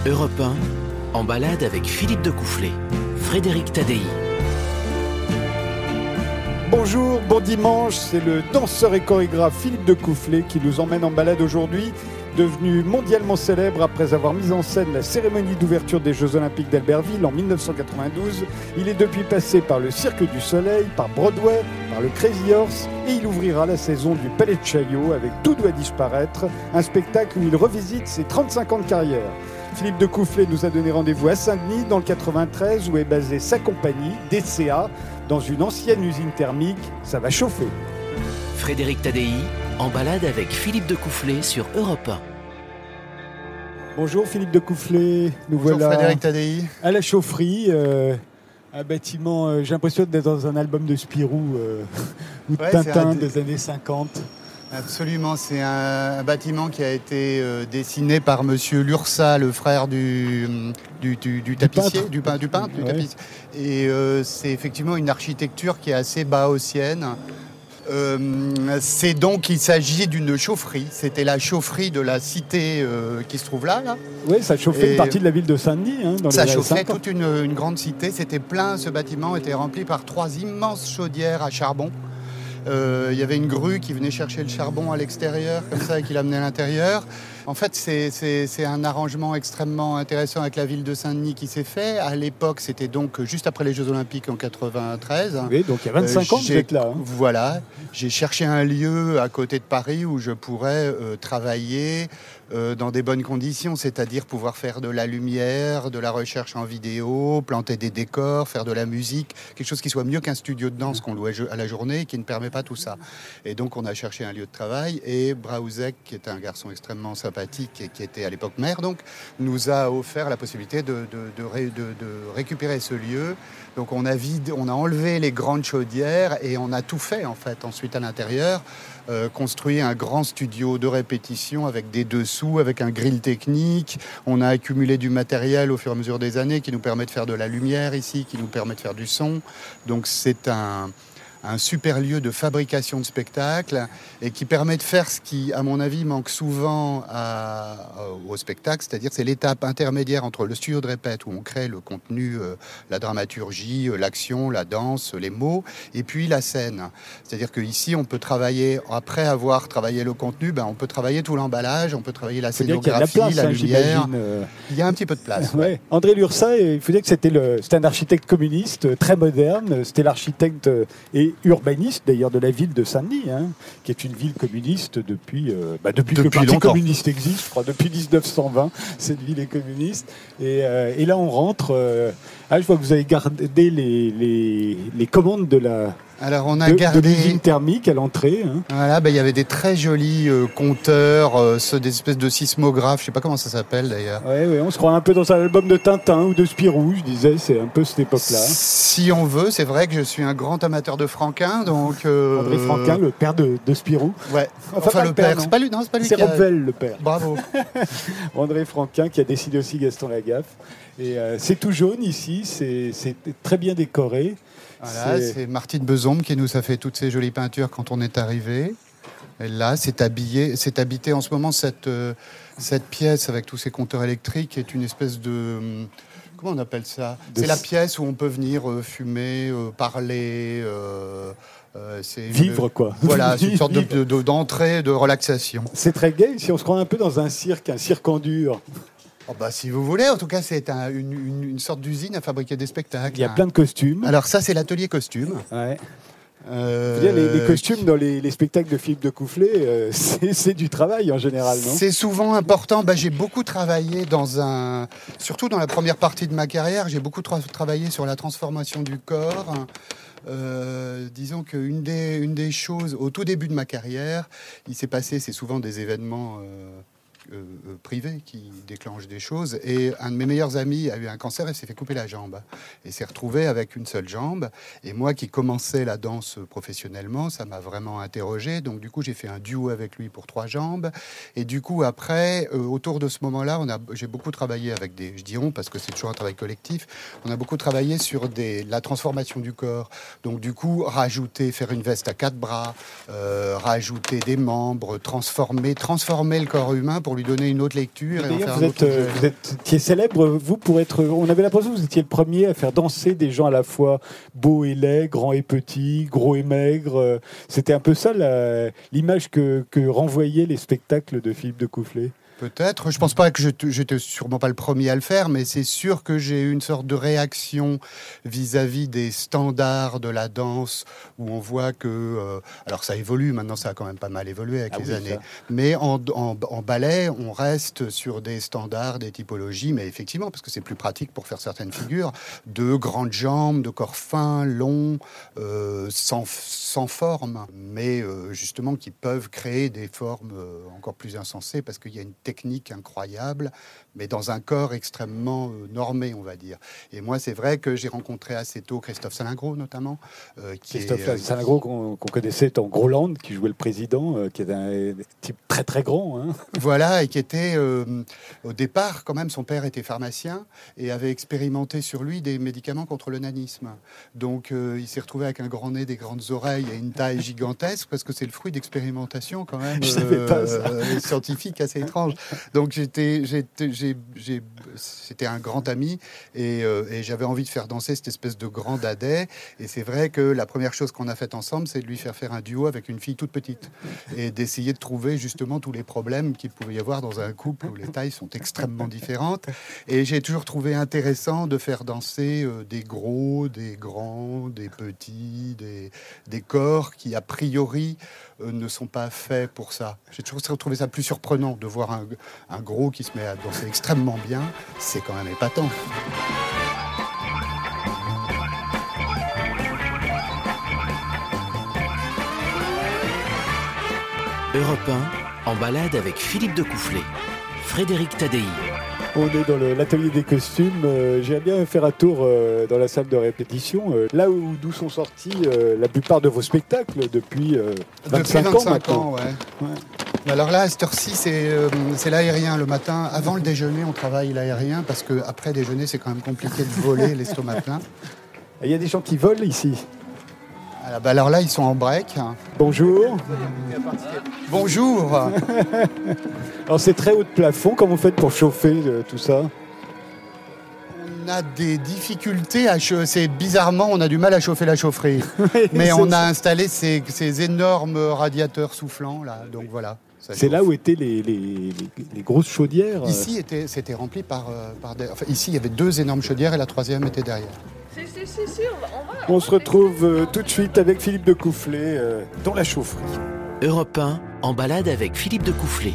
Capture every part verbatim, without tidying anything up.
Europe un, en balade avec Philippe de Coufflet, Frédéric Tadei. Bonjour, bon dimanche, c'est le danseur et chorégraphe Philippe de Coufflet qui nous emmène en balade aujourd'hui. Devenu mondialement célèbre après avoir mis en scène la cérémonie d'ouverture des Jeux Olympiques d'Albertville en dix-neuf cent quatre-vingt-douze, il est depuis passé par le Cirque du Soleil, par Broadway, par le Crazy Horse et il ouvrira la saison du Palais de Chaillot avec Tout doit disparaître, un spectacle où il revisite ses trente-cinq ans de carrière. Philippe de Coufflet nous a donné rendez-vous à Saint-Denis dans le quatre-vingt-treize où est basée sa compagnie, D C A, dans une ancienne usine thermique. Ça va chauffer. Frédéric Tadei, en balade avec Philippe de Coufflet sur Europe un. Bonjour Philippe de Coufflet, nous Bonjour voilà Frédéric Tadei. À la chaufferie, euh, un bâtiment, euh, j'ai l'impression d'être dans un album de Spirou euh, ou de Ouais, Tintin un... des années cinquante. Absolument, c'est un, un bâtiment qui a été euh, dessiné par monsieur Lursa, le frère du, du, du, du tapissier, peintre. du, pein, du peintre, du Ouais. tapissier. Et euh, c'est effectivement une architecture qui est assez baotienne. Euh, c'est donc, il s'agit d'une chaufferie. C'était la chaufferie de la cité euh, qui se trouve là. là. Oui, ça chauffait Et une partie de la ville de Saint-Denis. Hein, dans Ça les années chauffait cinquante. toute une, une grande cité. C'était plein, ce bâtiment était rempli par trois immenses chaudières à charbon. Euh, il y avait une grue qui venait chercher le charbon à l'extérieur, comme ça, et qui l'amenait à l'intérieur. En fait, c'est, c'est, c'est un arrangement extrêmement intéressant avec la ville de Saint-Denis qui s'est fait. À l'époque, c'était donc juste après les Jeux Olympiques en quatre-vingt-treize. Oui, donc il y a vingt-cinq ans que vous j'ai- êtes là. Hein. Voilà. J'ai cherché un lieu à côté de Paris où je pourrais euh, travailler euh, dans des bonnes conditions, c'est-à-dire pouvoir faire de la lumière, de la recherche en vidéo, planter des décors, faire de la musique, quelque chose qui soit mieux qu'un studio de danse qu'on loue à la journée et qui ne permet pas tout ça. Et donc, on a cherché un lieu de travail et Braouzek, qui est un garçon extrêmement sympathique et qui était à l'époque maire, donc, nous a offert la possibilité de, de, de, ré, de, de récupérer ce lieu. Donc, on a, vide, on a enlevé les grandes chaudières et on a tout fait, en fait, ensuite à l'intérieur. Euh, construit un grand studio de répétition avec des dessous, avec un grill technique. On a accumulé du matériel au fur et à mesure des années qui nous permet de faire de la lumière ici, qui nous permet de faire du son. Donc c'est un, un super lieu de fabrication de spectacles et qui permet de faire ce qui, à mon avis, manque souvent à, au spectacle, c'est-à-dire c'est l'étape intermédiaire entre le studio de répète où on crée le contenu, euh, la dramaturgie, euh, l'action, la danse, les mots, et puis la scène. C'est-à-dire qu'ici, on peut travailler, après avoir travaillé le contenu, ben, on peut travailler tout l'emballage, on peut travailler la Il faut dire qu'il y a de la scénographie, place, la hein, lumière. j'imagine. euh. Il y a un petit peu de place. Ouais. ouais. André Lursa, il faut dire que c'était, le, c'était un architecte communiste euh, très moderne. C'était l'architecte euh, et urbaniste d'ailleurs de la ville de Saint-Denis, hein, qui est une ville communiste depuis, euh, bah, depuis, que le Depuis Parti longtemps. communiste existe, je crois, depuis dix-neuf cent vingt, cette ville est communiste. Et, euh, et là, on rentre. Euh, ah, je vois que vous avez gardé les, les, les commandes de la Alors, on a de, de gardé... l'usine thermique à l'entrée. Hein. Voilà, ben, il y avait des très jolis euh, compteurs, euh, ceux des espèces de sismographes, je sais pas comment ça s'appelle d'ailleurs. Ouais, ouais, on se croit un peu dans un album de Tintin ou de Spirou, je disais, c'est un peu cette époque-là. Si on veut, c'est vrai que je suis un grand amateur de Franquin, donc... euh, André Franquin, le père de, de Spirou. Ouais, Enfin, enfin, pas le le père, père, non. c'est pas lui, non, c'est pas lui C'est qui a... Robvel, le père. Bravo. André Franquin qui a dessiné aussi Gaston Lagaffe. Et euh, c'est tout jaune ici, c'est, c'est très bien décoré. Voilà, C'est- c'est Martine Bezombe qui nous a fait toutes ces jolies peintures quand on est arrivé. Et là, c'est habillé, c'est habité en ce moment cette, euh, cette pièce avec tous ces compteurs électriques est une espèce de... hum, Comment on appelle ça? De- C'est la pièce où on peut venir euh, fumer, euh, parler... euh, euh, c'est une- Vivre, quoi. Voilà, c'est une sorte de, Vivre. de- d'entrée, de relaxation. C'est très gai ici, on se croit un peu dans un cirque, un cirque en dur. Oh bah, si vous voulez, en tout cas, c'est un- une, une- une sorte d'usine à fabriquer des spectacles. Il y a plein de costumes. Alors ça, c'est l'atelier costume. Ouais. Euh, Je veux dire, les, les costumes dans les, les spectacles de Philippe de Coufflet, euh, c'est, c'est du travail en général, non? C'est souvent important. Bah, j'ai beaucoup travaillé dans un... Surtout dans la première partie de ma carrière, j'ai beaucoup tra- travaillé sur la transformation du corps. Euh, disons qu'une des, une des choses, au tout début de ma carrière, il s'est passé, c'est souvent des événements... euh, Euh, euh, privés qui déclenchent des choses. Et un de mes meilleurs amis a eu un cancer et s'est fait couper la jambe. Et s'est retrouvé avec une seule jambe. Et moi qui commençais la danse professionnellement, ça m'a vraiment interrogé. Donc du coup, j'ai fait un duo avec lui pour trois jambes. Et du coup, après, euh, autour de ce moment-là, on a, j'ai beaucoup travaillé avec des... Je dis on parce que c'est toujours un travail collectif. On a beaucoup travaillé sur des, la transformation du corps. Donc du coup, rajouter, faire une veste à quatre bras, euh, rajouter des membres, transformer, transformer le corps humain pour pour lui donner une autre lecture. Et, et en faire vous, un êtes, autre euh, vous êtes qui est célèbre, vous, pour être... On avait l'impression que vous étiez le premier à faire danser des gens à la fois beaux et laids, grands et petits, gros et maigres. C'était un peu ça la, l'image que, que renvoyaient les spectacles de Philippe de Coufflet. Peut-être. Je pense pas que je j'étais sûrement pas le premier à le faire, mais c'est sûr que j'ai eu une sorte de réaction vis-à-vis des standards de la danse où on voit que, euh, alors ça évolue maintenant, ça a quand même pas mal évolué avec ah les oui, années. Ça. Mais en, en, en ballet, on reste sur des standards, des typologies, mais effectivement parce que c'est plus pratique pour faire certaines figures, de grandes jambes, de corps fins, longs, euh, sans sans forme, mais euh, justement qui peuvent créer des formes euh, encore plus insensées parce qu'il y a une technique incroyable, mais dans un corps extrêmement euh, normé, on va dire. Et moi, c'est vrai que j'ai rencontré assez tôt Christophe Salingro, notamment. Euh, qui Christophe est, Salingro, qu'on, qu'on connaissait dans Groland, qui jouait le président, euh, qui est un type très très grand. Hein. Voilà, et qui était, euh, au départ, quand même, son père était pharmacien et avait expérimenté sur lui des médicaments contre le nanisme. Donc, euh, il s'est retrouvé avec un grand nez, des grandes oreilles et une taille gigantesque, parce que c'est le fruit d'expérimentations, quand même, euh, pas ça. Euh, scientifiques assez étranges. Donc j'étais, j'étais, j'ai, j'ai, c'était un grand ami et, euh, et j'avais envie de faire danser cette espèce de grand dadais. Et c'est vrai que la première chose qu'on a faite ensemble, c'est de lui faire faire un duo avec une fille toute petite et d'essayer de trouver justement tous les problèmes qu'il pouvait y avoir dans un couple où les tailles sont extrêmement différentes. Et j'ai toujours trouvé intéressant de faire danser euh, des gros, des grands, des petits, des, des corps qui a priori euh, ne sont pas faits pour ça. J'ai toujours trouvé ça plus surprenant de voir un, un gros qui se met à danser extrêmement bien. C'est quand même épatant. Europe un, en balade avec Philippe de Coufflet. Frédéric Tadei. On est dans le, l'atelier des costumes. Euh, J'aimerais bien faire un tour euh, dans la salle de répétition, euh, là où d'où sont sortis euh, la plupart de vos spectacles depuis euh, vingt-cinq, depuis vingt-cinq ans maintenant. Ans, ouais. Ouais. Alors là, à cette heure-ci, c'est, euh, c'est l'aérien le matin. Avant le déjeuner, on travaille l'aérien parce qu'après déjeuner, c'est quand même compliqué de voler l'estomac plein. Il y a des gens qui volent ici. Alors, bah alors là, ils sont en break. Bonjour. Bonjour. Alors c'est très haut de plafond. Comment vous faites pour chauffer euh, tout ça ? On a des difficultés à chauffer. C'est bizarrement, on a du mal à chauffer la chaufferie. Mais on a installé ces, ces énormes radiateurs soufflants là. Donc voilà. C'est chauffe. là où étaient les, les, les, les grosses chaudières. Ici, était, c'était rempli par, euh, par des... enfin, ici, il y avait deux énormes chaudières et la troisième était derrière. Si, si, si, si, on va, on va, on se retrouve euh, tout de suite avec Philippe de Coufflet euh, dans la chaufferie. Europe un, en balade avec Philippe de Coufflet.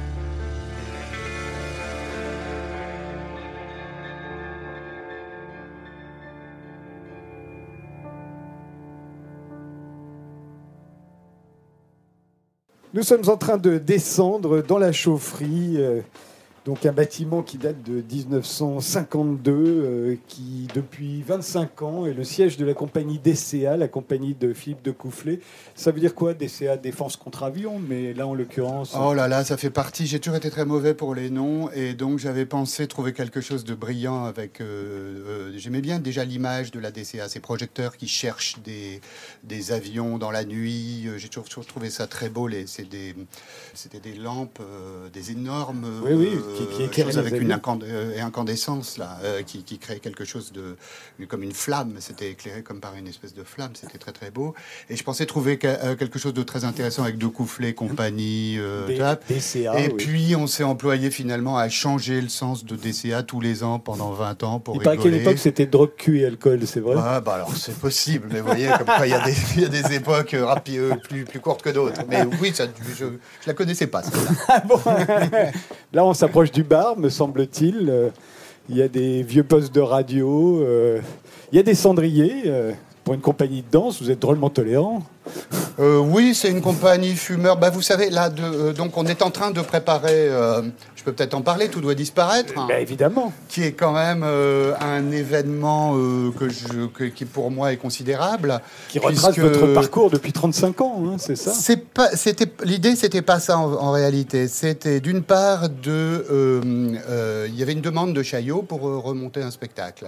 Nous sommes en train de descendre dans la chaufferie, euh, donc un bâtiment qui date de dix-neuf cent cinquante-deux, euh, qui depuis vingt-cinq ans est le siège de la compagnie D C A, la compagnie de Philippe de Coufflet. Ça veut dire quoi, D C A? Défense contre avion, mais là en l'occurrence... Oh là là, ça fait partie, j'ai toujours été très mauvais pour les noms, et donc j'avais pensé trouver quelque chose de brillant avec... Euh, euh, j'aimais bien déjà l'image de la D C A, ces projecteurs qui cherchent des, des avions dans la nuit, j'ai toujours, toujours trouvé ça très beau, les, c'est des, c'était des lampes, euh, des énormes... Oui, oui. Euh, Qui, qui chose avec une incand- euh, incandescence là, euh, qui, qui créait quelque chose de comme une flamme. C'était éclairé comme par une espèce de flamme. C'était très très beau. Et je pensais trouver que, euh, quelque chose de très intéressant avec De Coufflet, compagnie. Euh, D- D C A. Et oui. puis on s'est employé finalement à changer le sens de D C A tous les ans pendant vingt ans pour Il rigoler. paraît qu'à l'époque c'était drogue, cul et alcool, c'est vrai? Ah, bah alors c'est possible, mais vous voyez, comme quoi il y a des, il y a des époques rapides, plus, plus courtes que d'autres. Mais oui, ça, je ne la connaissais pas. Ah bon. Là on s'approche du bar, me semble-t-il. Euh, il y a des vieux postes de radio, euh, il y a des cendriers. Euh, pour une compagnie de danse, vous êtes drôlement tolérant. Euh, oui, c'est une compagnie fumeur. Bah, vous savez, là, de, euh, donc on est en train de préparer, euh, je peux peut-être en parler, Tout doit disparaître. Hein, bah, évidemment. Qui est quand même euh, un événement euh, que je, que, qui pour moi est considérable. Qui retrace puisque... votre parcours depuis trente-cinq ans, hein, c'est ça? C'est pas, c'était, l'idée, c'était pas ça en, en réalité. C'était d'une part de... Euh, euh, il y avait une demande de Chaillot pour euh, remonter un spectacle.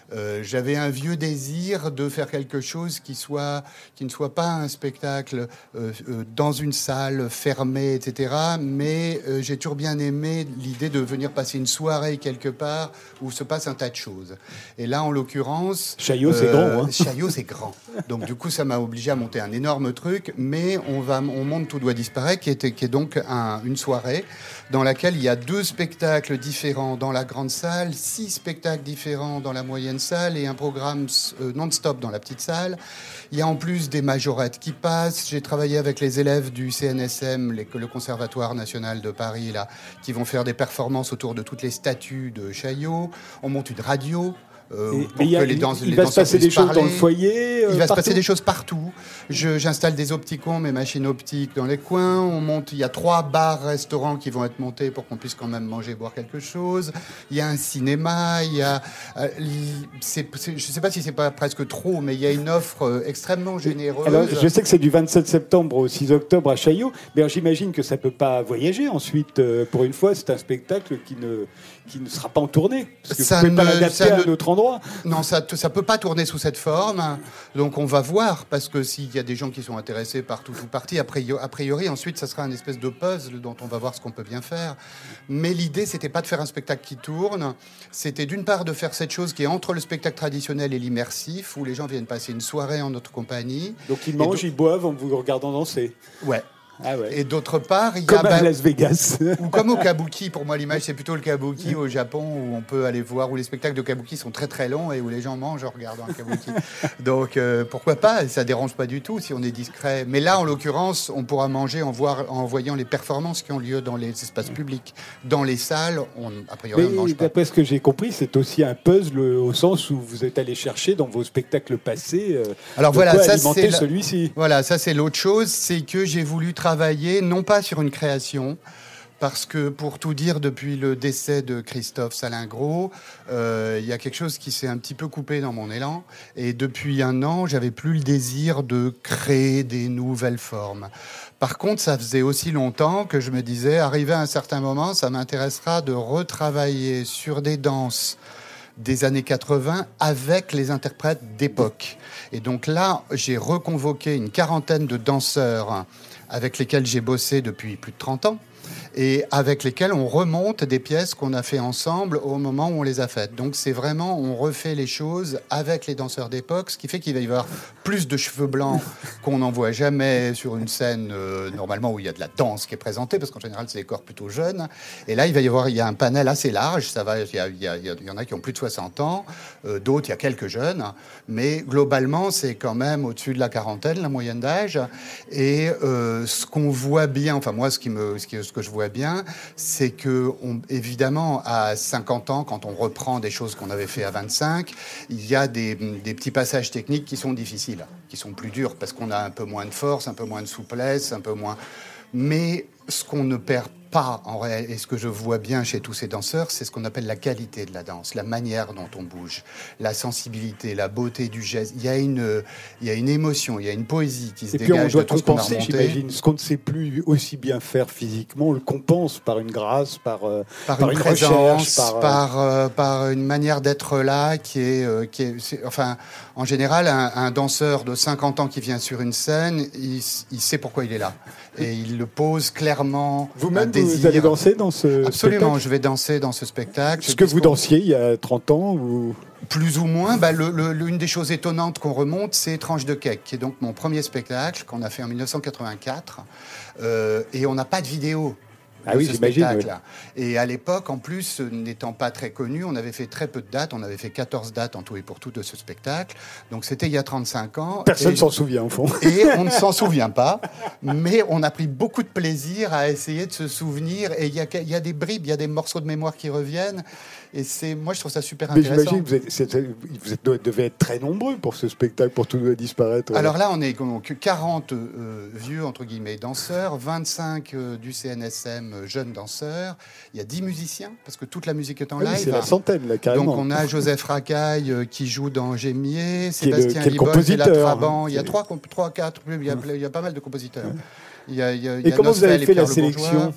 Euh, j'avais un vieux désir de faire quelque chose qui, soit, qui ne soit pas un spectacle euh, euh, dans une salle fermée, et cetera. Mais euh, j'ai toujours bien aimé l'idée de venir passer une soirée quelque part où se passe un tas de choses. Et là, en l'occurrence... Chaillot, c'est euh, grand. Hein. Chaillot, c'est grand. Donc, du coup, ça m'a obligé à monter un énorme truc. Mais on, va, on monte Tout doit disparaître, qui est, qui est donc un, une soirée dans laquelle il y a deux spectacles différents dans la grande salle, six spectacles différents dans la moyenne salle et un programme euh, non-stop dans la petite salle. Il y a en plus des majorettes qui passent. J'ai travaillé avec les élèves du C N S M, les, le Conservatoire National de Paris, là, qui vont faire des performances autour de toutes les statues de Chaillot. On monte une radio. Euh, et, pour et que a, les dans, il les va se passer des parler. choses dans le foyer. Euh, il va partout. se passer des choses partout. Je, j'installe des opticons, mes machines optiques dans les coins. On monte. Il y a trois bars, restaurants qui vont être montés pour qu'on puisse quand même manger, boire quelque chose. Il y a un cinéma. Il y a. Euh, c'est, c'est, je ne sais pas si c'est pas presque trop, mais il y a une offre euh, extrêmement généreuse. Alors, je sais que c'est du vingt-sept septembre au six octobre à Chaillot. Mais alors, j'imagine que ça peut pas voyager ensuite. Euh, pour une fois, c'est un spectacle qui ne qui ne sera pas en tournée. Parce que ça vous ne pouvez ne, pas l'adapter à un autre endroit. Non, ça ne peut pas tourner sous cette forme. Donc on va voir, parce que s'il y a des gens qui sont intéressés par tout ou partie, a priori, a priori, ensuite, ça sera un espèce de puzzle dont on va voir ce qu'on peut bien faire. Mais l'idée, c'était pas de faire un spectacle qui tourne. C'était d'une part de faire cette chose qui est entre le spectacle traditionnel et l'immersif, où les gens viennent passer une soirée en notre compagnie. Donc ils mangent, ils boivent en vous regardant danser. Ouais. Ah ouais. Et d'autre part, il y comme a à bah, Las Vegas ou comme au kabuki. Pour moi, l'image c'est plutôt le kabuki au Japon où on peut aller voir, où les spectacles de kabuki sont très très longs et où les gens mangent en regardant un kabuki. Donc euh, pourquoi pas, ça dérange pas du tout si on est discret. Mais là, en l'occurrence, on pourra manger en, voir, en voyant les performances qui ont lieu dans les espaces publics, dans les salles. On, a priori, mais on ne mange pas. D'après ce que j'ai compris, c'est aussi un puzzle au sens où vous êtes allé chercher dans vos spectacles passés. Euh, Alors voilà, ça c'est celui-ci. Voilà, ça c'est l'autre chose, c'est que j'ai voulu travailler non pas sur une création, parce que pour tout dire, depuis le décès de Christophe Salingro, euh, il y a quelque chose qui s'est un petit peu coupé dans mon élan. Et depuis un an, j'avais plus le désir de créer des nouvelles formes. Par contre, ça faisait aussi longtemps que je me disais, arrivé à un certain moment, ça m'intéressera de retravailler sur des danses des années quatre-vingts avec les interprètes d'époque. Et donc là, j'ai reconvoqué une quarantaine de danseurs avec lesquels j'ai bossé depuis plus de trente ans et avec lesquels on remonte des pièces qu'on a fait ensemble au moment où on les a faites. Donc c'est vraiment, on refait les choses avec les danseurs d'époque, ce qui fait qu'il va y avoir plus de cheveux blancs qu'on n'en voit jamais sur une scène euh, normalement où il y a de la danse qui est présentée, parce qu'en général c'est des corps plutôt jeunes. Et là il va y avoir, il y a un panel assez large, ça va, il y, a, il y, a, il y en a qui ont plus de soixante ans, euh, d'autres il y a quelques jeunes, mais globalement c'est quand même au-dessus de la quarantaine, la moyenne d'âge. Et euh, ce qu'on voit bien, enfin moi ce qui me, ce, qui, ce que je vois bien, c'est que, on, évidemment, à cinquante ans, quand on reprend des choses qu'on avait fait à vingt-cinq, il y a des, des petits passages techniques qui sont difficiles, qui sont plus durs, parce qu'on a un peu moins de force, un peu moins de souplesse, un peu moins... Mais ce qu'on ne perd pas, en réalité, et ce que je vois bien chez tous ces danseurs, c'est ce qu'on appelle la qualité de la danse, la manière dont on bouge, la sensibilité, la beauté du geste. Il y a une, il y a une émotion, il y a une poésie qui se et puis dégage on doit de tout ce qu'on a compenser, remonté. j'imagine, ce qu'on ne sait plus aussi bien faire physiquement, on le compense par une grâce, par, euh, par, par une, une présence, recherche, par, par, euh, par une manière d'être là qui est, euh, qui est, c'est, enfin, en général, un, un danseur de cinquante ans qui vient sur une scène, il, il sait pourquoi il est là. Et il le pose clairement. Vous-même, vous allez danser dans ce Absolument, spectacle ? je vais danser dans ce spectacle. Ce que vous dansiez il y a trente ans ou... Plus ou moins. Bah, le, le, l'une des choses étonnantes qu'on remonte, c'est Tranche de cake, qui est donc mon premier spectacle qu'on a fait en dix-neuf cent quatre-vingt-quatre. Euh, et on n'a pas de vidéo. Ah oui, j'imagine. Oui. Et à l'époque, en plus, n'étant pas très connu, on avait fait très peu de dates. On avait fait quatorze dates en tout et pour tout de ce spectacle. Donc c'était il y a trente-cinq ans. Personne ne et... s'en souvient, au fond. Et on ne s'en souvient pas. Mais on a pris beaucoup de plaisir à essayer de se souvenir. Et il y a, il y a des bribes, il y a des morceaux de mémoire qui reviennent. Et c'est, moi, je trouve ça super Mais intéressant. j'imagine que vous, êtes, c'est, vous êtes, devez être très nombreux pour ce spectacle, pour Tout doit disparaître. Ouais. Alors là, on est donc quarante euh, vieux, entre guillemets, danseurs, vingt-cinq euh, du C N S M, euh, jeunes danseurs. Il y a dix musiciens, parce que toute la musique est en ah live. Oui, c'est la centaine, là, carrément. Donc on a Joseph Racaille euh, qui joue dans Gémier, qui Sébastien Libol, qui est la Traban. Hein, il y a trois, trois, quatre, il y a, il y a pas mal de compositeurs. Il y a, il y a, Et il y a comment Nosfell vous avez fait la Pierre sélection ?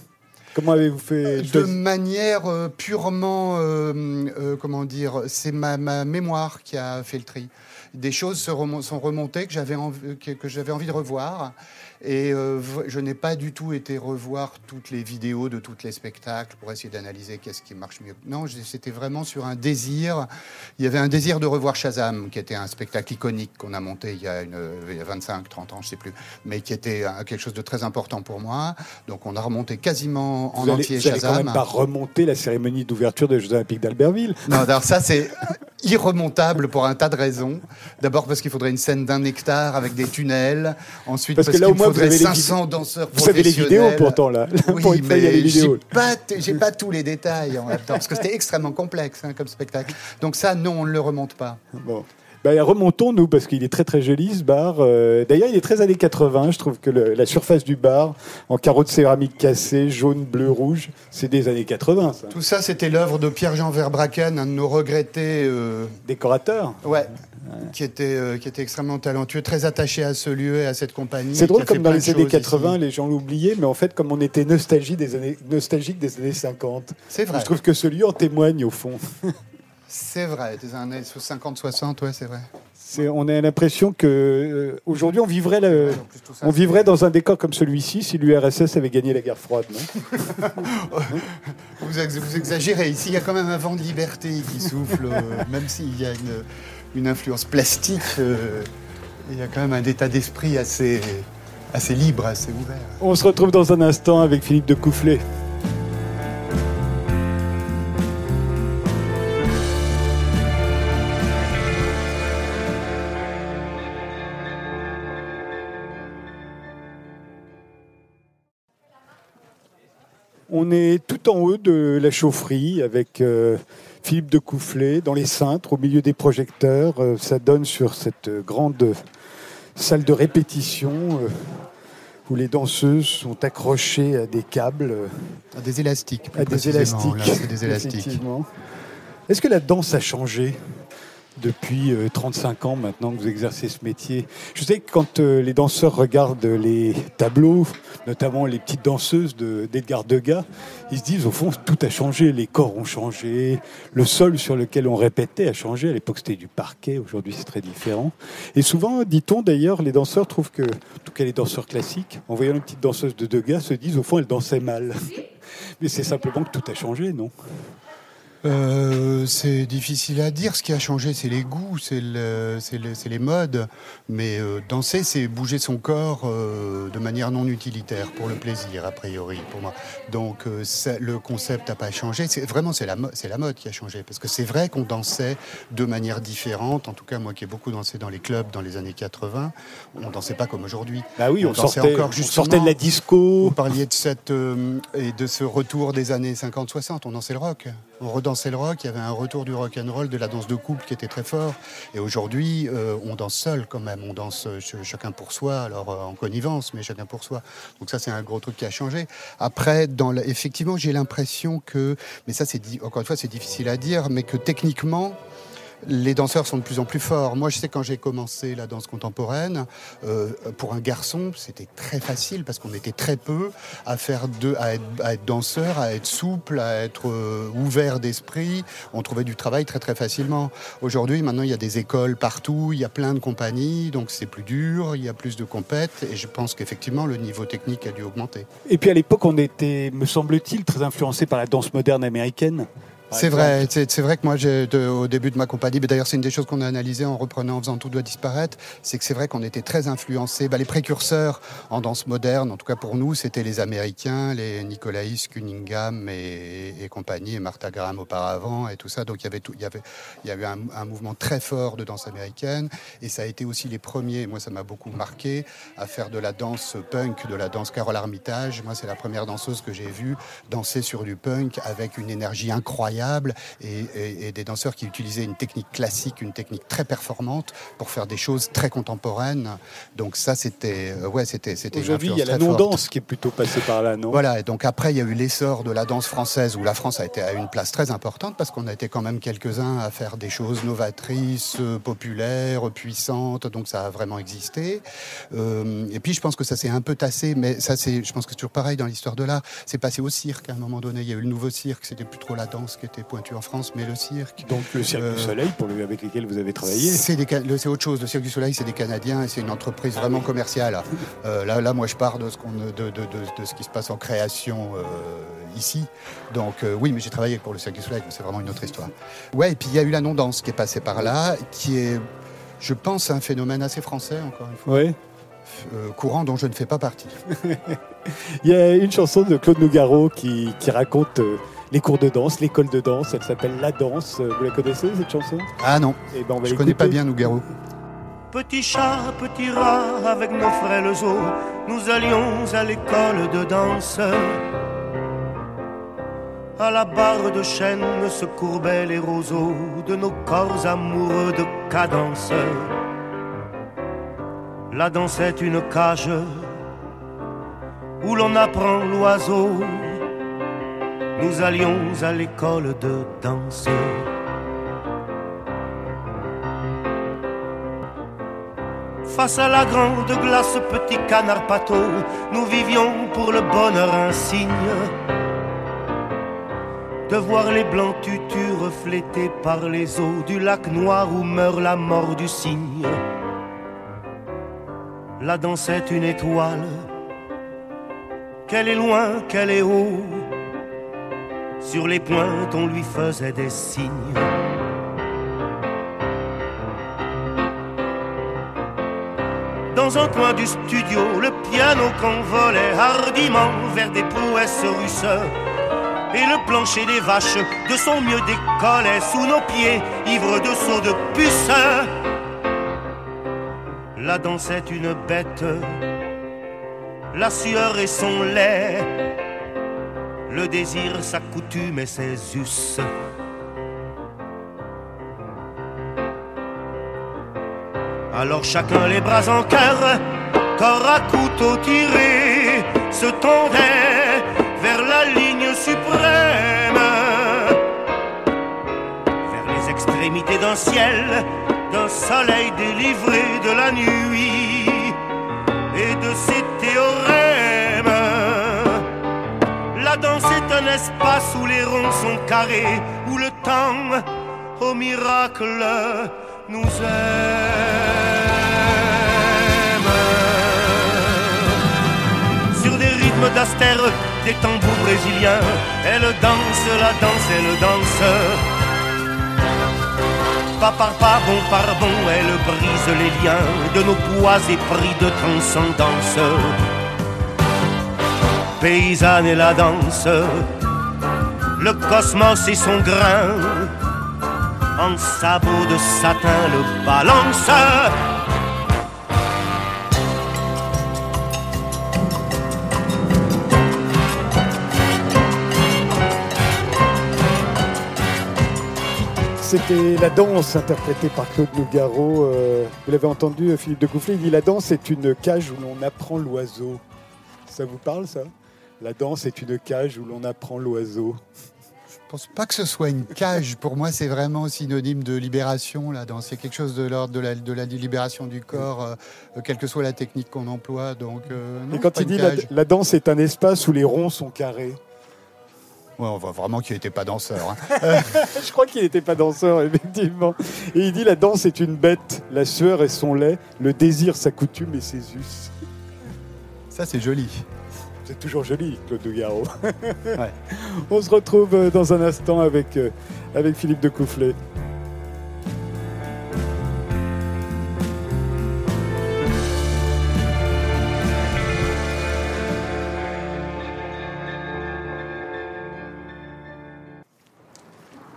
Comment avez-vous fait De manière euh, purement, euh, euh, comment dire, c'est ma, ma mémoire qui a fait le tri. Des choses se remont- sont remontées que j'avais envie, que, que j'avais envie de revoir. Et euh, je n'ai pas du tout été revoir toutes les vidéos de tous les spectacles pour essayer d'analyser qu'est-ce qui marche mieux. Non, c'était vraiment sur un désir. Il y avait un désir de revoir Shazam, qui était un spectacle iconique qu'on a monté il y a, une, il y a vingt-cinq, trente ans, je ne sais plus, mais qui était quelque chose de très important pour moi. Donc on a remonté quasiment en vous allez, entier vous allez Shazam. quand même pas remonter la cérémonie d'ouverture des Jeux Olympiques d'Albertville. Non, alors ça c'est irremontable pour un tas de raisons. D'abord parce qu'il faudrait une scène d'un hectare avec des tunnels. Ensuite parce, parce qu'il me faudrait cinq cents danseurs vous professionnels. Vous savez les vidéos pourtant là. Oui, pour mais les vidéos. J'ai pas, j'ai pas tous les détails en même temps parce que c'était extrêmement complexe hein, comme spectacle. Donc ça, non, on ne le remonte pas. Bon. Ben, remontons, nous, parce qu'il est très très joli ce bar. Euh, d'ailleurs, il est très années quatre-vingts. Je trouve que le, la surface du bar, en carreaux de céramique cassés, jaune, bleu, rouge, c'est des années quatre-vingts. Ça. Tout ça, c'était l'œuvre de Pierre-Jean Verbracken, un de nos regrettés... Euh... décorateurs. Ouais. Qui était, euh, qui était extrêmement talentueux, très attaché à ce lieu et à cette compagnie. C'est drôle, comme dans les années quatre-vingts, ici. Les gens l'oubliaient, mais en fait, comme on était nostalgique des années, nostalgique des années cinquante. C'est vrai. Je trouve que ce lieu en témoigne, au fond. C'est vrai, des années cinquante soixante, ouais, c'est vrai. C'est, on a l'impression que euh, aujourd'hui on vivrait, le, vrai, ça, on vivrait dans un décor comme celui-ci si l'U R S S avait gagné la guerre froide, non? vous, ex- vous exagérez. Ici, il y a quand même un vent de liberté qui souffle, euh, même s'il y a une, une influence plastique. Euh, il y a quand même un état d'esprit assez, assez libre, assez ouvert. On se retrouve dans un instant avec Philippe de Coufflet. On est tout en haut de la chaufferie avec euh, Philippe de Coufflet dans les cintres, au milieu des projecteurs. Euh, ça donne sur cette grande salle de répétition euh, où les danseuses sont accrochées à des câbles. Euh, à des élastiques. À des élastiques. Là, c'est des élastiques. Est-ce que la danse a changé depuis euh, trente-cinq ans maintenant que vous exercez ce métier? Je sais que quand euh, les danseurs regardent les tableaux, notamment les petites danseuses de, d'Edgar Degas, ils se disent au fond tout a changé, les corps ont changé, le sol sur lequel on répétait a changé. À l'époque c'était du parquet, aujourd'hui c'est très différent. Et souvent, dit-on d'ailleurs, les danseurs trouvent que, en tout cas les danseurs classiques, en voyant les petites danseuses de Degas, se disent au fond elles dansaient mal. Mais c'est simplement que tout a changé, non ? Euh, c'est difficile à dire. Ce qui a changé, c'est les goûts, c'est, le, c'est, le, c'est les modes. Mais euh, danser, c'est bouger son corps euh, de manière non utilitaire, pour le plaisir, a priori, pour moi. Donc, euh, le concept n'a pas changé. C'est, vraiment, c'est la, mo- c'est la mode qui a changé. Parce que c'est vrai qu'on dansait de manière différente. En tout cas, moi qui ai beaucoup dansé dans les clubs dans les années quatre-vingts, on ne dansait pas comme aujourd'hui. Bah oui, on, on dansait sortait, encore on justement. sortait de la disco. Vous parliez de, cette, euh, et de ce retour des années cinquante soixante. On dansait le rock. On redansait le rock, il y avait un retour du rock'n'roll, de la danse de couple qui était très fort. Et aujourd'hui, euh, on danse seul quand même, on danse ch- chacun pour soi, alors euh, en connivence, mais chacun pour soi. Donc ça, c'est un gros truc qui a changé. Après, dans la... effectivement, j'ai l'impression que, mais ça, c'est di... encore une fois, c'est difficile à dire, mais que techniquement, les danseurs sont de plus en plus forts. Moi, je sais, quand j'ai commencé la danse contemporaine, euh, pour un garçon, c'était très facile parce qu'on était très peu à faire de, à être, à être danseur, à être souple, à être euh, ouvert d'esprit. On trouvait du travail très très facilement. Aujourd'hui, maintenant, il y a des écoles partout, il y a plein de compagnies, donc c'est plus dur, il y a plus de compètes, et je pense qu'effectivement, le niveau technique a dû augmenter. Et puis à l'époque, on était, me semble-t-il, très influencé par la danse moderne américaine. C'est vrai, c'est, c'est vrai que moi, j'ai, de, au début de ma compagnie, mais d'ailleurs c'est une des choses qu'on a analysées en reprenant, en faisant Tout doit disparaître, c'est que c'est vrai qu'on était très influencés. Bah, les précurseurs en danse moderne, en tout cas pour nous, c'était les Américains, les Nicolaïs, Cunningham et, et compagnie, et Martha Graham auparavant et tout ça. Donc il y avait, tout, il y avait, il y a eu un, un mouvement très fort de danse américaine, et ça a été aussi les premiers, moi ça m'a beaucoup marqué, à faire de la danse punk, de la danse Carole Armitage. Moi c'est la première danseuse que j'ai vue danser sur du punk avec une énergie incroyable. incroyables et, et, et des danseurs qui utilisaient une technique classique, une technique très performante pour faire des choses très contemporaines. Donc ça, c'était, euh, ouais, c'était, c'était Aujourd'hui, une il y a la influence très non-danse forte. qui est plutôt passée par là, non? Voilà, et donc après, il y a eu l'essor de la danse française où la France a été à une place très importante parce qu'on a été quand même quelques-uns à faire des choses novatrices, euh, populaires, puissantes, donc ça a vraiment existé. Euh, et puis je pense que ça s'est un peu tassé, mais ça c'est, je pense que c'est toujours pareil dans l'histoire de l'art. C'est passé au cirque à un moment donné. Il y a eu le nouveau cirque, c'était plus trop la danse qui était pointue en France, mais le cirque. Donc le Cirque Euh, du Soleil, pour le, avec lequel vous avez travaillé. C'est, des, le- c'est autre chose. Le Cirque du Soleil, c'est des Canadiens et c'est une entreprise vraiment commerciale. Euh, là, là, moi, je pars de ce, qu'on, de, de, de, de ce qui se passe en création euh, ici. Donc, euh, oui, mais j'ai travaillé pour le Cirque du Soleil, mais c'est vraiment une autre histoire. Ouais, et puis il y a eu la non-danse qui est passée par là, qui est, je pense, un phénomène assez français, encore une fois, Ouais. euh, courant dont je ne fais pas partie. Il y a une chanson de Claude Nougaro qui, qui raconte euh, les cours de danse, l'école de danse. Elle s'appelle La Danse. Vous la connaissez, cette chanson? Ah non, Eh ben, on va je connais l'écouter. pas bien Nougaro. Petit chat, petit rat, avec nos frêles os, nous allions à l'école de danse. À la barre de chêne se courbaient les roseaux de nos corps amoureux de cadence. La danse est une cage où l'on apprend l'oiseau. Nous allions à l'école de danse. Face à la grande glace, petit canard pâteau, nous vivions pour le bonheur insigne de voir les blancs tutus reflétés par les eaux du lac noir où meurt la mort du cygne. La danse est une étoile, qu'elle est loin, qu'elle est haut. Sur les pointes on lui faisait des signes. Dans un coin du studio, le piano convolait hardiment vers des prouesses russes. Et le plancher des vaches de son mieux décollait sous nos pieds, ivres de sauts de puce. La danse est une bête, la sueur est son lait, le désir, sa coutume et ses us. Alors chacun les bras en cœur, corps à couteau tiré, se tendait vers la ligne suprême, vers les extrémités d'un ciel, d'un soleil délivré de la nuit et de ses théorèmes. La danse est un espace où les ronds sont carrés, où le temps, au miracle, nous aime. Sur des rythmes d'astère, des tambours brésiliens, elle danse, la danse, elle danse. Pas par pas, bon par bon, elle brise les liens de nos poids épris de transcendance. Paysanne et la danse, le cosmos et son grain, en sabots de satin le balance. C'était La Danse, interprétée par Claude Nougaro. Euh, vous l'avez entendu, Philippe de Coufflet, il dit la danse est une cage où l'on apprend l'oiseau. Ça vous parle, ça? La danse est une cage où l'on apprend l'oiseau. Je pense pas que ce soit une cage. Pour moi, c'est vraiment synonyme de libération, la danse. C'est quelque chose de l'ordre de la, de la libération du corps, euh, quelle que soit la technique qu'on emploie. Donc, euh, non, Et quand c'est il pas dit une la, cage. la danse est un espace où les ronds sont carrés. Ouais, on voit vraiment qu'il n'était pas danseur. Hein. Je crois qu'il n'était pas danseur, effectivement. Et il dit la danse est une bête, la sueur est son lait, le désir sa coutume et ses us. Ça, c'est joli. C'est toujours joli, Claude Nougaro. Ouais. On se retrouve dans un instant avec, euh, avec Philippe de Coufflet.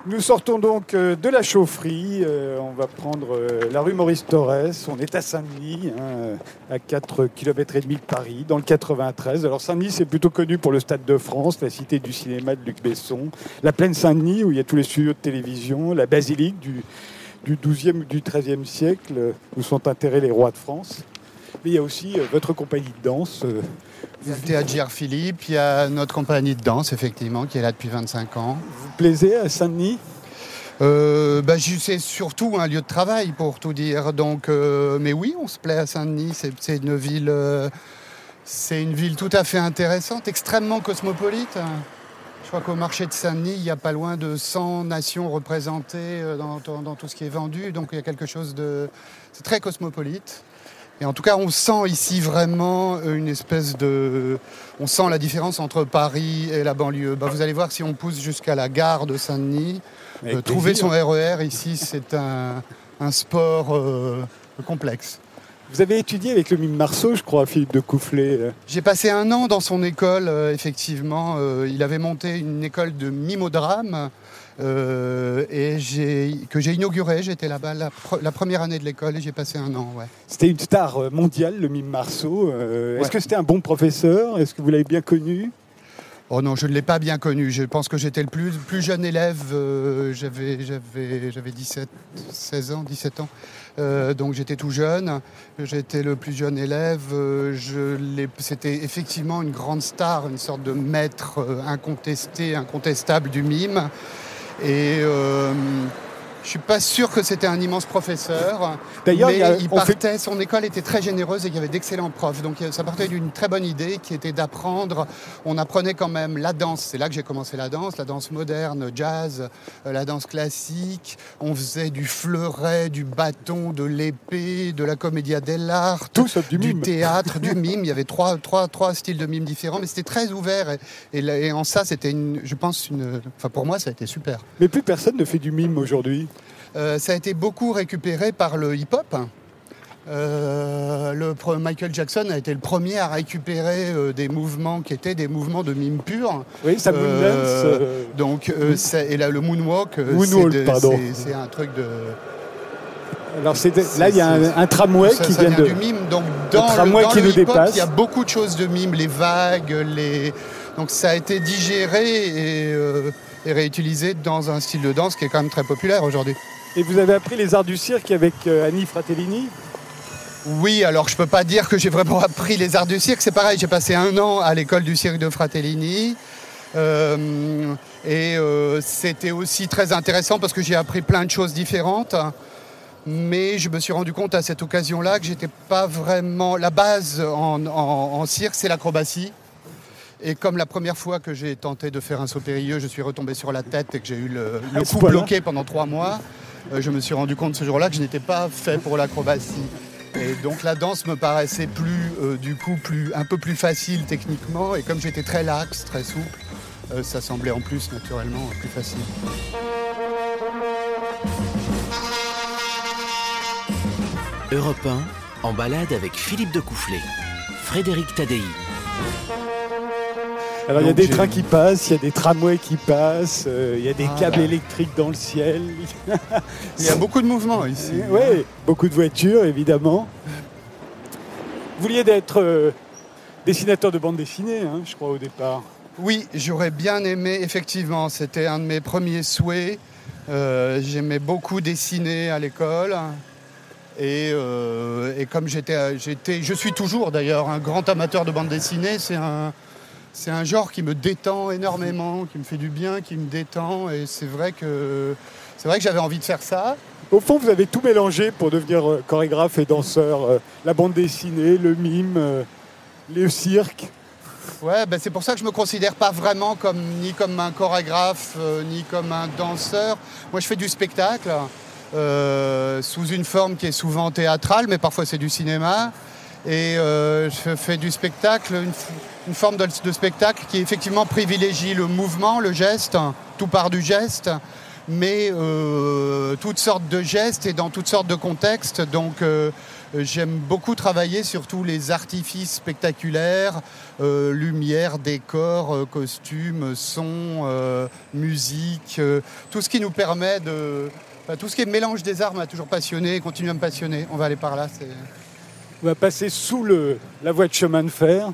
Nous sortons donc euh, de la chaufferie. Euh, on va prendre euh, la rue Maurice-Thorez. On est à Saint-Denis, hein, à quatre kilomètres et demi de Paris, dans le quatre-vingt-treize. Alors Saint-Denis, c'est plutôt connu pour le Stade de France, la cité du cinéma de Luc Besson, la plaine Saint-Denis, où il y a tous les studios de télévision, la basilique du, du douzième ou du treizième siècle, où sont enterrés les rois de France. Mais il y a aussi euh, votre compagnie de danse. Euh, Il y a le théâtre Gilles Philippe, il y a notre compagnie de danse, effectivement, qui est là depuis vingt-cinq ans. vous plaisez à Saint-Denis ? Euh, bah, c'est surtout un lieu de travail, pour tout dire. Donc, euh, mais oui, on se plaît à Saint-Denis. C'est, c'est une ville, euh, c'est une ville tout à fait intéressante, extrêmement cosmopolite. Je crois qu'au marché de Saint-Denis, il y a pas loin de cent nations représentées dans, dans, dans tout ce qui est vendu. Donc, il y a quelque chose de, c'est très cosmopolite. Et en tout cas, on sent ici vraiment une espèce de... On sent la différence entre Paris et la banlieue. Bah, vous allez voir, si on pousse jusqu'à la gare de Saint-Denis, euh, trouver son R E R ici, c'est un, un sport euh, complexe. Vous avez étudié avec le mime Marceau, je crois, Philippe de Coufflet. J'ai passé un an dans son école, euh, effectivement. Euh, il avait monté une école de mimeodrame euh, et j'ai, que j'ai inaugurée. J'étais là-bas la, pre- la première année de l'école et j'ai passé un an. Ouais. C'était une star mondiale, le mime Marceau. Euh, Ouais. Est-ce que c'était un bon professeur ? Est-ce que vous l'avez bien connu ? Oh non, je ne l'ai pas bien connu. Je pense que j'étais le plus, plus jeune élève. Euh, j'avais, j'avais, j'avais dix-sept, seize ans, dix-sept ans. Euh, donc j'étais tout jeune. J'étais le plus jeune élève. Euh, je l'ai, c'était effectivement une grande star, une sorte de maître euh, incontesté, incontestable du mime. Et euh, je suis pas sûr que c'était un immense professeur. D'ailleurs, mais il y a- il on fait- partait, son école était très généreuse et il y avait d'excellents profs. Donc ça partait d'une très bonne idée qui était d'apprendre. On apprenait quand même la danse. C'est là que j'ai commencé la danse, la danse moderne, jazz, euh, la danse classique. On faisait du fleuret, du bâton, de l'épée, de la commedia dell'arte, Tout sauf du mime. théâtre, du mime. Il y avait trois, trois, trois styles de mime différents, mais c'était très ouvert. Et, et, là- et en ça, c'était, une, je pense, une. Enfin, pour moi, ça a été super. Mais plus personne ne fait du mime aujourd'hui. Euh, ça a été beaucoup récupéré par le hip-hop. Euh, le pro- Michael Jackson a été le premier à récupérer euh, des mouvements qui étaient des mouvements de mime pur. Oui, ça moondance. Euh, euh, Donc, euh, c'est- et là, le moonwalk, euh, Moonwalk, c'est, de- pardon. c'est- c'est un truc de. Alors c'est de- c'est- là, il y a c'est- un, un tramway ça, qui ça vient vient de. du mime. Donc, dans tramway le, dans qui le nous hip-hop, dépasse. il y a beaucoup de choses de mime, les vagues, les. Donc, ça a été digéré et, euh, et réutilisé dans un style de danse qui est quand même très populaire aujourd'hui. Et vous avez appris les arts du cirque avec euh, Annie Fratellini. Oui, alors je peux pas dire que j'ai vraiment appris les arts du cirque. C'est pareil, j'ai passé un an à l'école du cirque de Fratellini. Euh, et euh, c'était aussi très intéressant parce que j'ai appris plein de choses différentes. Mais je me suis rendu compte à cette occasion-là que j'étais pas vraiment... La base en, en- en cirque, c'est l'acrobatie. Et comme la première fois que j'ai tenté de faire un saut périlleux, je suis retombé sur la tête et que j'ai eu le, le À ce cou point-là. bloqué pendant trois mois, euh, je me suis rendu compte ce jour-là que je n'étais pas fait pour l'acrobatie. Et donc la danse me paraissait plus, euh, du coup, plus, un peu plus facile techniquement. Et comme j'étais très laxe, très souple, euh, ça semblait en plus naturellement plus facile. Europe un, en balade avec Philippe de Coufflet. Frédéric Tadei. Alors il y a Donc, des j'ai- trains qui passent, il y a des tramways qui passent, euh, il y a des Ah, câbles bah. électriques dans le ciel. Il y a beaucoup de mouvements ici. Oui, beaucoup de voitures évidemment. Vous vouliez être euh, dessinateur de bande dessinée, hein, je crois au départ. Oui, j'aurais bien aimé, effectivement, c'était un de mes premiers souhaits. Euh, j'aimais beaucoup dessiner à l'école. Et, euh, et comme j'étais, j'étais, je suis toujours d'ailleurs un grand amateur de bande dessinée, c'est un, c'est un genre qui me détend énormément, qui me fait du bien, qui me détend. Et c'est vrai que, c'est vrai que j'avais envie de faire ça. Au fond, vous avez tout mélangé pour devenir euh, chorégraphe et danseur. euh, la bande dessinée, le mime, euh, le cirque. Ouais, ben c'est pour ça que je me considère pas vraiment comme ni comme un chorégraphe euh, ni comme un danseur. Moi, je fais du spectacle euh, sous une forme qui est souvent théâtrale, mais parfois c'est du cinéma. Et euh, je fais du spectacle, une, f- une forme de, de spectacle qui effectivement privilégie le mouvement, le geste, tout part du geste, mais euh, toutes sortes de gestes et dans toutes sortes de contextes. Donc, euh, Euh, j'aime beaucoup travailler sur tous les artifices spectaculaires, euh, lumière, décor, euh, costumes, son, euh, musique, euh, tout ce qui nous permet de... Enfin, tout ce qui est mélange des arts m'a toujours passionné et continue à me passionner. On va aller par là. C'est... On va passer sous le, la voie de chemin de fer.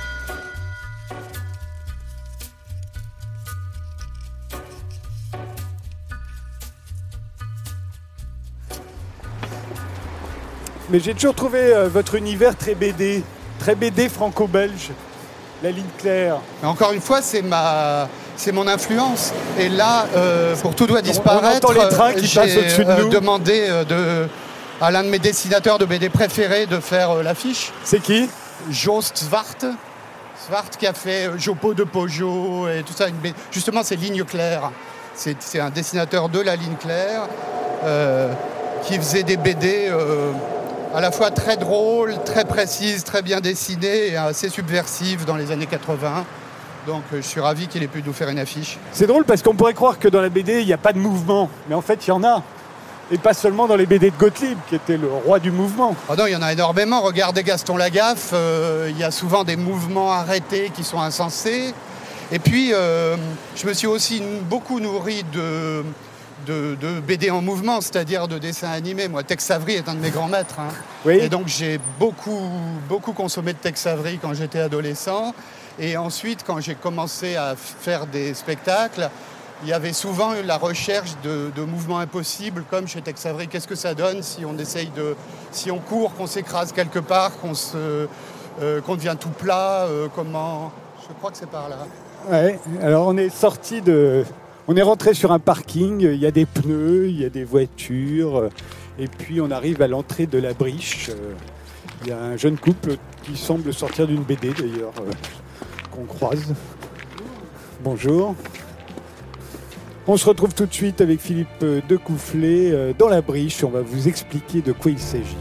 Mais j'ai toujours trouvé euh, votre univers très B D, très B D franco-belge, la ligne claire. Mais encore une fois, c'est ma, c'est mon influence. Et là, euh, pour Tout doit disparaître, on entend les trains qui j'ai passent au-dessus de euh, nous. demandé euh, de, à l'un de mes dessinateurs de B D préférés de faire euh, l'affiche. C'est qui ? Joost Zwart. Zwart qui a fait euh, Jopo de Pojo et tout ça. Une B D. Justement, c'est ligne claire. C'est, c'est un dessinateur de la ligne claire euh, qui faisait des B D... Euh, à la fois très drôle, très précise, très bien dessinée et assez subversive dans les années quatre-vingts. Donc je suis ravi qu'il ait pu nous faire une affiche. C'est drôle parce qu'on pourrait croire que dans la B D, il n'y a pas de mouvement. Mais en fait, il y en a. Et pas seulement dans les B D de Gottlieb, qui était le roi du mouvement. Oh non, il y en a énormément. Regardez Gaston Lagaffe, euh, il y a souvent des mouvements arrêtés qui sont insensés. Et puis, euh, je me suis aussi beaucoup nourri de... De, de B D en mouvement, c'est-à-dire de dessins animés. Moi, Tex Avery est un de mes grands maîtres. Hein. Oui. Et donc, j'ai beaucoup, beaucoup consommé de Tex Avery quand j'étais adolescent. Et ensuite, quand j'ai commencé à faire des spectacles, il y avait souvent la recherche de, de mouvements impossibles, comme chez Tex Avery. Qu'est-ce que ça donne si on essaye de... Si on court, qu'on s'écrase quelque part, qu'on, se, euh, qu'on devient tout plat, euh, comment... Je crois que c'est par là. Ouais. Alors, on est sorti de... On est rentré sur un parking, il y a des pneus, il y a des voitures, et puis on arrive à l'entrée de la Briche. Il y a un jeune couple qui semble sortir d'une B D d'ailleurs, qu'on croise. Bonjour. On se retrouve tout de suite avec Philippe Decoufflet dans la Briche. On va vous expliquer de quoi il s'agit.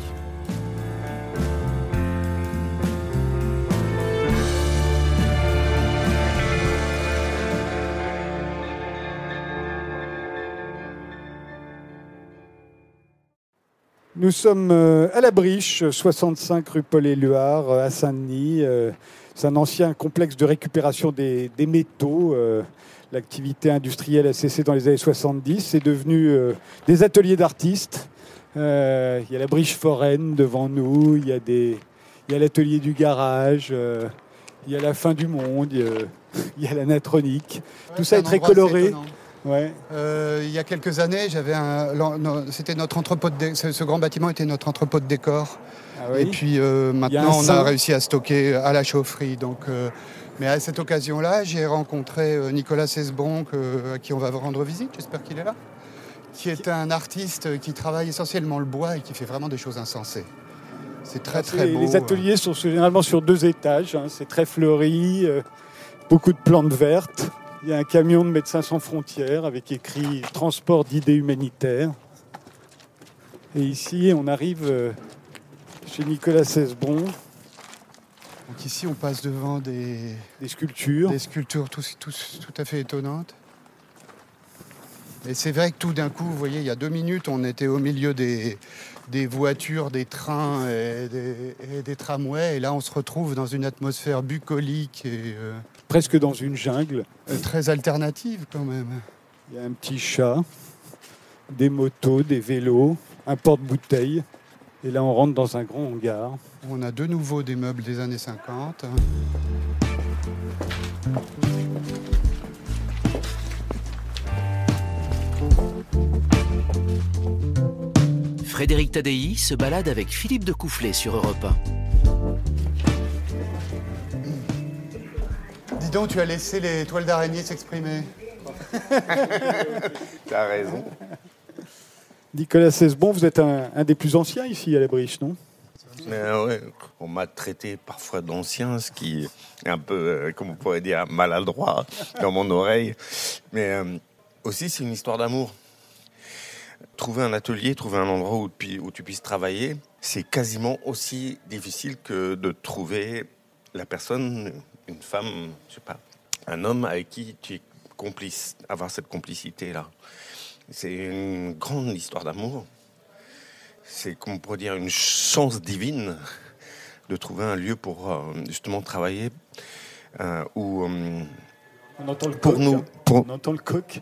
Nous sommes à la Briche, soixante-cinq rue Paul-Éluard, à Saint-Denis. C'est un ancien complexe de récupération des, des métaux. L'activité industrielle a cessé dans les années soixante-dix. C'est devenu des ateliers d'artistes. Il y a la Briche foraine devant nous. Il y a, des, il y a l'atelier du garage. Il y a la fin du monde. Il y a, il y a la natronique. Ouais, Tout ça est très coloré. Ouais. Euh, il y a quelques années, j'avais un, c'était notre entrepôt de, ce, ce grand bâtiment était notre entrepôt de décor. Ah oui. Et puis euh, maintenant, on sein. a réussi à stocker à la chaufferie. Donc, euh, mais à cette occasion-là, j'ai rencontré Nicolas Cesbron, euh, à qui on va rendre visite. J'espère qu'il est là. Qui est un artiste qui travaille essentiellement le bois et qui fait vraiment des choses insensées. C'est très très beau. Les ateliers sont généralement sur deux étages. Hein. C'est très fleuri, euh, beaucoup de plantes vertes. Il y a un camion de Médecins sans frontières avec écrit « Transport d'idées humanitaires ». Et ici, on arrive chez Nicolas Cesbron. Donc ici, on passe devant des, des sculptures. Des sculptures tout, tout, tout à fait étonnantes. Et c'est vrai que tout d'un coup, vous voyez, il y a deux minutes, on était au milieu des, des voitures, des trains et des, et des tramways. Et là, on se retrouve dans une atmosphère bucolique et... Euh, presque dans une jungle. Euh, très alternative, quand même. Il y a un petit chat, des motos, des vélos, un porte-bouteille. Et là, on rentre dans un grand hangar. On a de nouveau des meubles des années cinquante. Frédéric Tadei se balade avec Philippe Decoufflet sur Europe un. Dis donc, tu as laissé les toiles d'araignée s'exprimer. T'as raison. Nicolas Cesbron, vous êtes un, un des plus anciens ici à la Briche, non ? Mais ouais, on m'a traité parfois d'ancien, ce qui est un peu, euh, comme on pourrait dire, maladroit dans mon oreille. Mais euh, aussi, c'est une histoire d'amour. Trouver un atelier, trouver un endroit où, où tu puisses travailler, c'est quasiment aussi difficile que de trouver la personne, une femme, je sais pas, un homme avec qui tu es complice, avoir cette complicité-là. C'est une grande histoire d'amour. c'est, comment on pourrait dire, une chance divine de trouver un lieu pour euh, justement travailler euh, où euh, On entend le pour coq. nous, hein. pour, On entend le coq.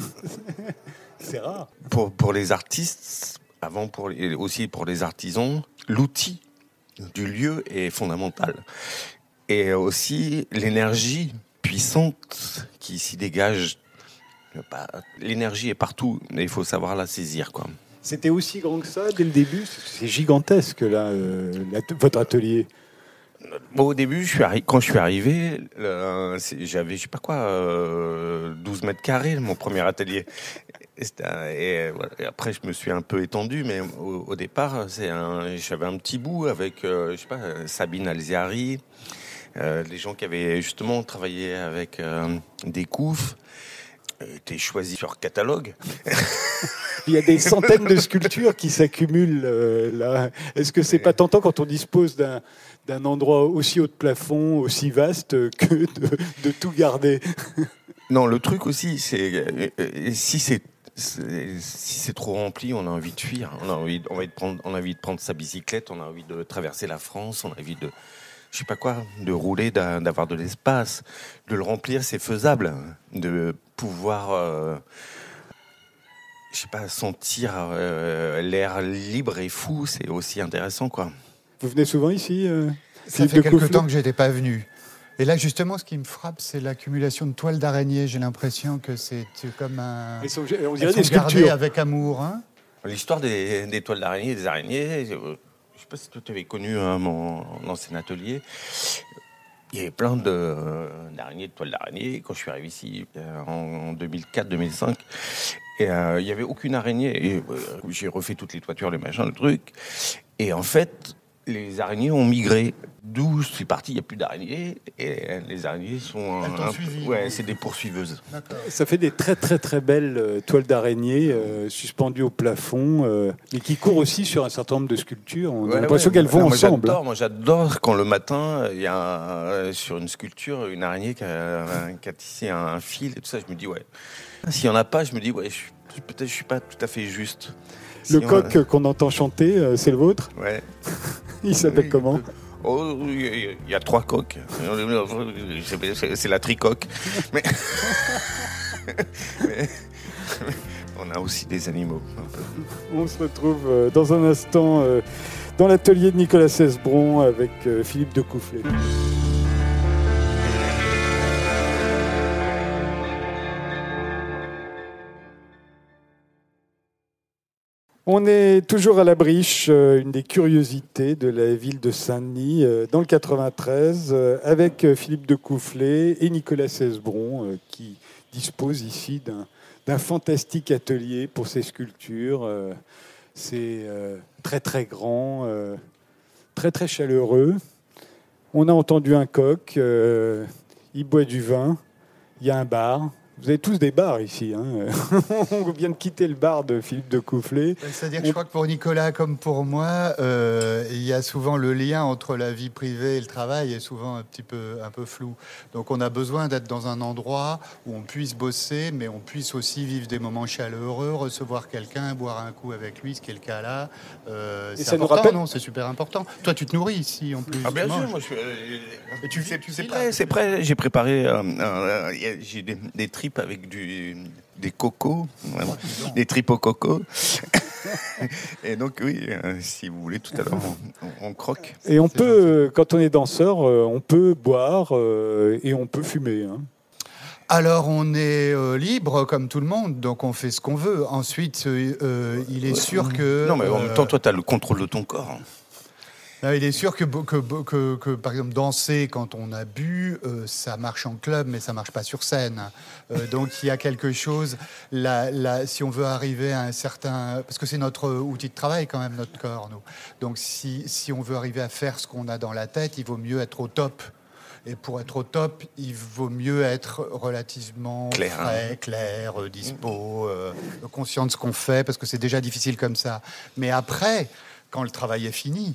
C'est rare. pour, pour les artistes, avant pour les, aussi pour les artisans, l'outil du lieu est fondamental. Et aussi l'énergie puissante qui s'y dégage. Bah, l'énergie est partout, mais il faut savoir la saisir, quoi. C'était aussi grand que ça dès le début. C'est gigantesque là, euh, la- votre atelier. Bon, au début, je suis arri- quand je suis arrivé, euh, c'est- j'avais, je sais pas quoi, euh, douze mètres carrés, mon premier atelier. Et, c'était un- et, voilà. Et après, je me suis un peu étendu, mais au, au départ, c'est un, j'avais un petit bout avec, euh, je sais pas, Sabine Alziari, euh, les gens qui avaient justement travaillé avec euh, des coufs, étaient choisis sur catalogue. Il y a des centaines de sculptures qui s'accumulent euh, là. Est-ce que c'est pas tentant quand on dispose d'un d'un endroit aussi haut de plafond, aussi vaste, euh, que de, de tout garder? Non, le truc aussi, c'est euh, euh, si c'est c'est- si c'est trop rempli, on a envie de fuir. On a envie, de- on a envie de prendre, on a envie de prendre sa bicyclette, on a envie de traverser la France, on a envie de, je sais pas quoi, de rouler, d'a- d'avoir de l'espace, de le remplir, c'est faisable. De pouvoir, euh, je sais pas, sentir euh, l'air libre et fou, c'est aussi intéressant, quoi. Vous venez souvent ici euh, Ça Philippe fait de quelque Coufflet temps que je n'étais pas venu. Et là, justement, ce qui me frappe, c'est l'accumulation de toiles d'araignée. J'ai l'impression que c'est comme un... Elles sont- On dirait Elles des sont gardées sculptures. avec amour. Hein. L'histoire des, des toiles d'araignée et des araignées, je ne sais pas si tu avais connu hein, mon ancien atelier. Il y avait plein de, euh, d'araignées, de toiles d'araignée. Quand je suis arrivé ici euh, en deux mille quatre deux mille cinq, et, euh, il n'y avait aucune araignée. Et, euh, j'ai refait toutes les toitures, les machins, le truc. Et en fait, les araignées ont migré. D'où c'est parti, il n'y a plus d'araignées. Et les araignées sont... Elles t'ont un- suivi. Ouais, c'est des poursuiveuses. Ça fait des très très très belles euh, toiles d'araignée euh, suspendues au plafond, euh, mais qui courent aussi sur un certain nombre de sculptures. On a Ouais, l'impression ouais. qu'elles vont Non, moi, ensemble. J'adore, moi j'adore quand le matin, il y a un- euh, sur une sculpture une araignée qui a, qui a tissé un fil et tout ça. Je me dis, ouais. S'il n'y en a pas, je me dis, ouais, je, peut-être je ne suis pas tout à fait juste. Le Si on- coq euh, qu'on entend chanter, euh, c'est le vôtre. Ouais. Il s'appelle Oui. comment? Oh, il y a trois coqs. C'est- C'est c'est la tricoque. Mais... mais- on a aussi des animaux. Un peu. On se retrouve euh, dans un instant euh, dans l'atelier de Nicolas Cesbron avec euh, Philippe de Coufflet. On est toujours à la Briche, euh, une des curiosités de la ville de Saint-Denis, euh, dans le quatre-vingt-treize, euh, avec euh, Philippe de Coufflet et Nicolas Cesbron, euh, qui dispose ici d'un d'un fantastique atelier pour ces sculptures. Euh, C'est euh, très très grand, euh, très très chaleureux. On a entendu un coq, euh, il boit du vin, il y a un bar. Vous avez tous des bars ici. Hein. On vient de quitter le bar de Philippe de Coufflet. C'est-à-dire que je crois que pour Nicolas comme pour moi, euh, il y a souvent le lien entre la vie privée et le travail est souvent un petit peu, un peu flou. Donc on a besoin d'être dans un endroit où on puisse bosser, mais on puisse aussi vivre des moments chaleureux, recevoir quelqu'un, boire un coup avec lui, ce qui est le cas là. Euh, c'est ça nous important, rappelle- non? C'est super important. Toi, tu te nourris ici en plus. Ah bien tu sûr, manges. moi je suis. euh, Et tu c'est vis- tu c'est vis prêt, là. c'est prêt. J'ai préparé. euh, euh, j'ai des, des tripes avec du, des cocos, vraiment, des tripes au coco. Et donc oui, euh, si vous voulez, tout à l'heure on, on croque. Et on C'est peut, euh, quand on est danseur, euh, on peut boire euh, et on peut fumer. Hein. Alors on est euh, libre comme tout le monde, donc on fait ce qu'on veut. Ensuite, euh, euh, il est sûr que... Non mais en euh, même temps, toi, tu as le contrôle de ton corps. Non, il est sûr que, que, que, que, par exemple, danser quand on a bu, euh, ça marche en club, mais ça marche pas sur scène. Euh, donc il y a quelque chose, là, là, si on veut arriver à un certain... Parce que c'est notre outil de travail quand même, notre corps, nous. Donc si, si on veut arriver à faire ce qu'on a dans la tête, il vaut mieux être au top. Et pour être au top, il vaut mieux être relativement Clair, hein. frais, clair, euh, dispo, euh, conscient de ce qu'on fait, parce que c'est déjà difficile comme ça. Mais après, quand le travail est fini,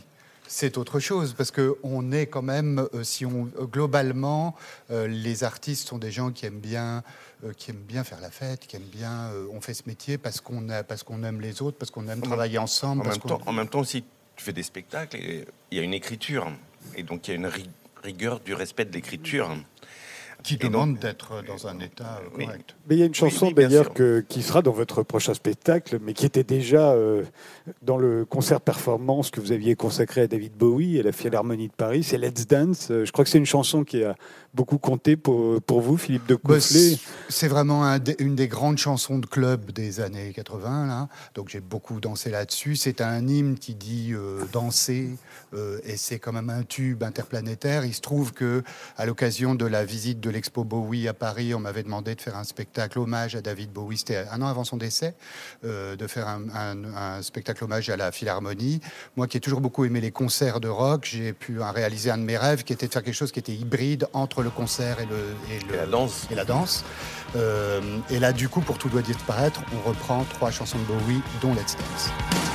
c'est autre chose, parce qu'on est quand même, euh, si on, euh, globalement, euh, les artistes sont des gens qui aiment bien, euh, qui aiment bien faire la fête, qui aiment bien, euh, on fait ce métier parce qu'on, a, parce qu'on aime les autres, parce qu'on aime En travailler même- ensemble. En parce même, qu'on- temps, en même temps aussi, tu fais des spectacles et il y a une écriture. Et donc, il y a une ri- rigueur du respect de l'écriture. Qui Et donc- demande d'être dans un état euh, Oui. correct. Mais il y a une chanson oui, bien d'ailleurs sûr. que- qui sera dans votre prochain spectacle, mais qui était déjà euh, dans le concert performance que vous aviez consacré à David Bowie et à la Philharmonie de Paris. C'est Let's Dance. Euh, Je crois que c'est une chanson qui a beaucoup compté pour, pour vous, Philippe de Bah, Coufflet. c'est- c'est vraiment un des- une des grandes chansons de club des années quatre-vingts, là. Donc j'ai beaucoup dansé là-dessus. C'est un hymne qui dit euh, danser, euh, et c'est quand même un tube interplanétaire. Il se trouve que à l'occasion de la visite de l'Expo Bowie à Paris, on m'avait demandé de faire un spectacle hommage à David Bowie. C'était un an avant son décès, euh, de faire un, un- un spectacle hommage à la Philharmonie. Moi qui ai toujours beaucoup aimé les concerts de rock, j'ai pu euh, réaliser un de mes rêves qui était de faire quelque chose qui était hybride entre le concert et, le, et, le- Et la danse. et la danse. Euh, et là, du coup, pour Tout doit disparaître, on reprend trois chansons de Bowie, dont Let's Dance.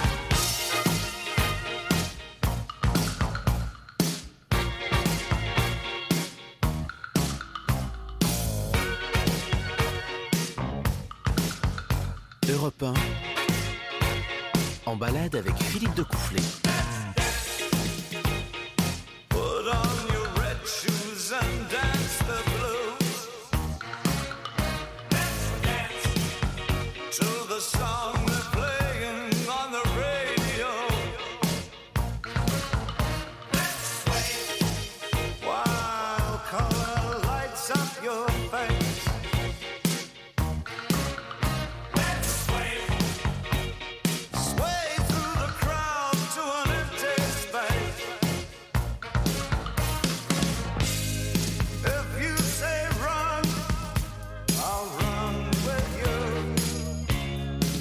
Europe un, en balade avec Philippe de Coufflet. Put on your red shoes and dance the blues. To the song they're playing on the radio. While color lights up your face. Sway through the crowd to an empty space. If you say run, I'll run with you.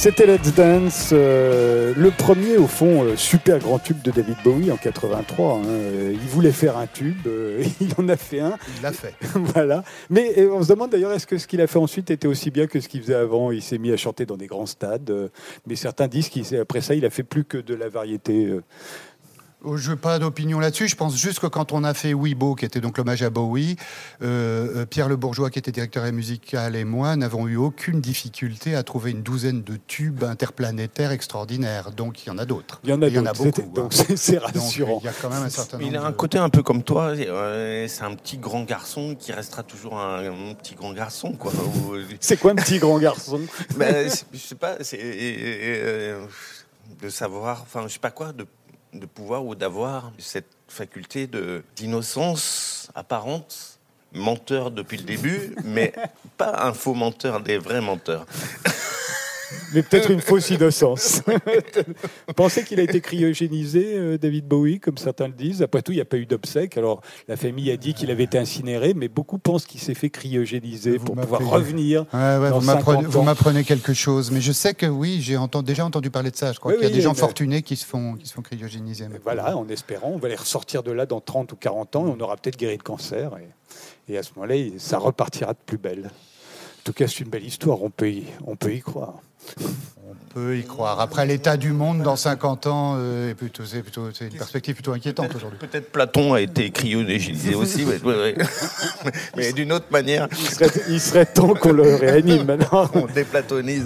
C'était Let's Dance, euh, le premier au fond euh, super grand tube de David Bowie en quatre-vingt-trois. Hein. Il voulait faire un tube, euh, il en a fait un. Il l'a fait. Voilà. Mais euh, on se demande d'ailleurs est-ce que ce qu'il a fait ensuite était aussi bien que ce qu'il faisait avant. Il s'est mis à chanter dans des grands stades, euh, mais certains disent qu'après ça il a fait plus que de la variété. Euh, Je n'ai pas d'opinion là-dessus. Je pense juste que quand on a fait Weibo, qui était donc l'hommage à Bowie, euh, Pierre Le Bourgeois, qui était directeur musical, et moi n'avons eu aucune difficulté à trouver une douzaine de tubes interplanétaires extraordinaires. Donc il y en a d'autres. Il y en a, il y en a beaucoup. Donc c'est, c'est rassurant. Donc, il y a quand même un certain nombre. Il a un de... côté un peu comme toi. C'est un petit grand garçon qui restera toujours un, un petit grand garçon, quoi. C'est quoi un petit grand garçon? Ben, je sais pas. C'est euh, de savoir. Enfin, je sais pas quoi. De de pouvoir ou d'avoir cette faculté de, d'innocence apparente, menteur depuis le début, mais pas un faux menteur, des vrais menteurs. Mais peut-être une fausse innocence. Vous pensez qu'il a été cryogénisé, euh, David Bowie, comme certains le disent? Après tout, il n'y a pas eu d'obsèques. Alors, la famille a dit qu'il avait été incinéré, mais beaucoup pensent qu'il s'est fait cryogéniser vous pour pouvoir revenir. Ouais, ouais, dans vous, m'apprenez, ans. vous m'apprenez quelque chose. Mais je sais que oui, j'ai entendu, déjà entendu parler de ça. Je crois oui, qu'il y a oui, des gens mais... fortunés qui se font, qui se font cryogéniser. Mais voilà, en espérant. On va les ressortir de là dans trente ou quarante ans et on aura peut-être guéri de cancer. Et, et à ce moment-là, ça repartira de plus belle. En tout cas, c'est une belle histoire. On peut y, on peut y croire. On peut y croire. Après, l'état du monde dans cinquante ans, euh, est plutôt, c'est, plutôt, c'est une perspective plutôt inquiétante peut-être, aujourd'hui. Peut-être Platon a été cryogénisé aussi, mais, mais, mais d'une autre manière. Il serait, il serait temps qu'on le réanime maintenant. On déplatonise.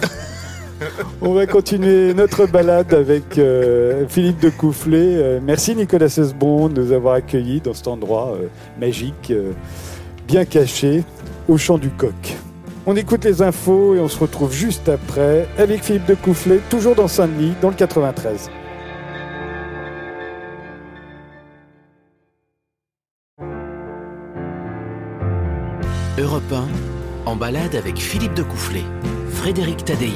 On va continuer notre balade avec euh, Philippe de Coufflet. Euh, merci Nicolas Cesbron de nous avoir accueillis dans cet endroit euh, magique, euh, bien caché, au Champ du Coq. On écoute les infos et on se retrouve juste après avec Philippe de Coufflet, toujours dans Saint-Denis, dans le quatre-vingt-treize. Europe un, en balade avec Philippe de Coufflet, Frédéric Tadei.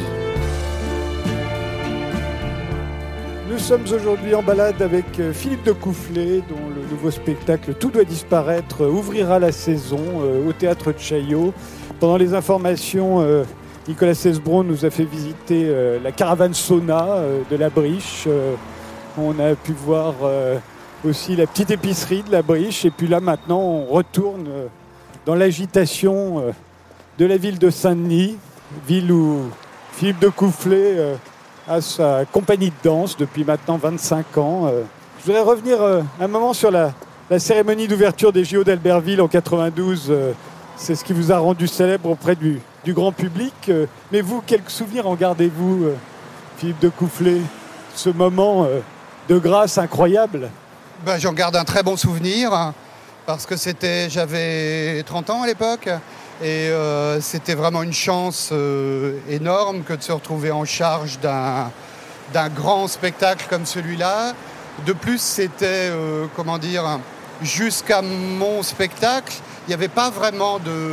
Nous sommes aujourd'hui en balade avec Philippe de Coufflet, dont le nouveau spectacle Tout doit disparaître ouvrira la saison au Théâtre de Chaillot. Pendant les informations, euh, Nicolas Cesbron nous a fait visiter euh, la caravane sauna euh, de la Briche. Euh, on a pu voir euh, aussi la petite épicerie de la Briche. Et puis là, maintenant, on retourne euh, dans l'agitation euh, de la ville de Saint-Denis, ville où Philippe de Coufflet euh, a sa compagnie de danse depuis maintenant vingt-cinq ans. Euh, je voudrais revenir euh, un moment sur la, la cérémonie d'ouverture des J O d'Albertville en quatre-vingt-douze. Euh, C'est ce qui vous a rendu célèbre auprès du, du grand public. Mais vous, quels souvenirs en gardez-vous, Philippe de Coufflet, ce moment de grâce incroyable? Ben, j'en garde un très bon souvenir, hein, parce que c'était, j'avais trente ans à l'époque, et euh, c'était vraiment une chance euh, énorme que de se retrouver en charge d'un, d'un grand spectacle comme celui-là. De plus, c'était, euh, comment dire, jusqu'à mon spectacle, il n'y avait pas vraiment de...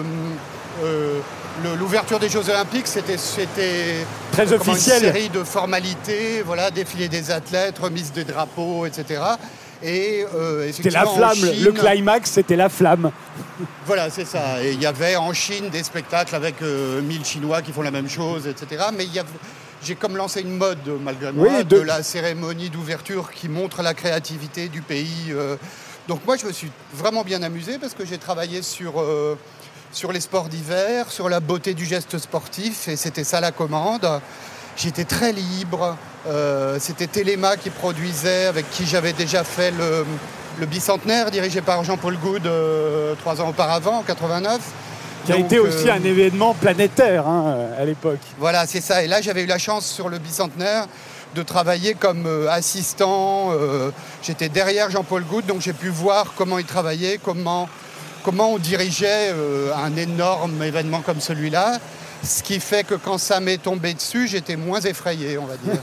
Euh, le, l'ouverture des Jeux Olympiques, c'était, c'était très officiel. Une série de formalités, voilà, défilé des athlètes, remise des drapeaux, et cetera. Et, euh, c'était la flamme, Chine, le climax, c'était la flamme. Voilà, c'est ça. Et il y avait en Chine des spectacles avec euh, mille Chinois qui font la même chose, et cetera. Mais il y avait... j'ai comme lancé une mode, malgré moi, oui, de... de la cérémonie d'ouverture qui montre la créativité du pays. Euh... Donc moi, je me suis vraiment bien amusé parce que j'ai travaillé sur, euh, sur les sports d'hiver, sur la beauté du geste sportif, et c'était ça la commande. J'étais très libre. Euh, c'était Téléma qui produisait, avec qui j'avais déjà fait le, le bicentenaire, dirigé par Jean-Paul Goude euh, trois ans auparavant, en quatre-vingt-neuf. Qui a Donc, été aussi euh, un événement planétaire hein, à l'époque. Voilà, c'est ça. Et là, j'avais eu la chance sur le bicentenaire de travailler comme euh, assistant. Euh, j'étais derrière Jean-Paul Goude, donc j'ai pu voir comment il travaillait, comment, comment on dirigeait euh, un énorme événement comme celui-là. Ce qui fait que quand ça m'est tombé dessus, j'étais moins effrayé, on va dire.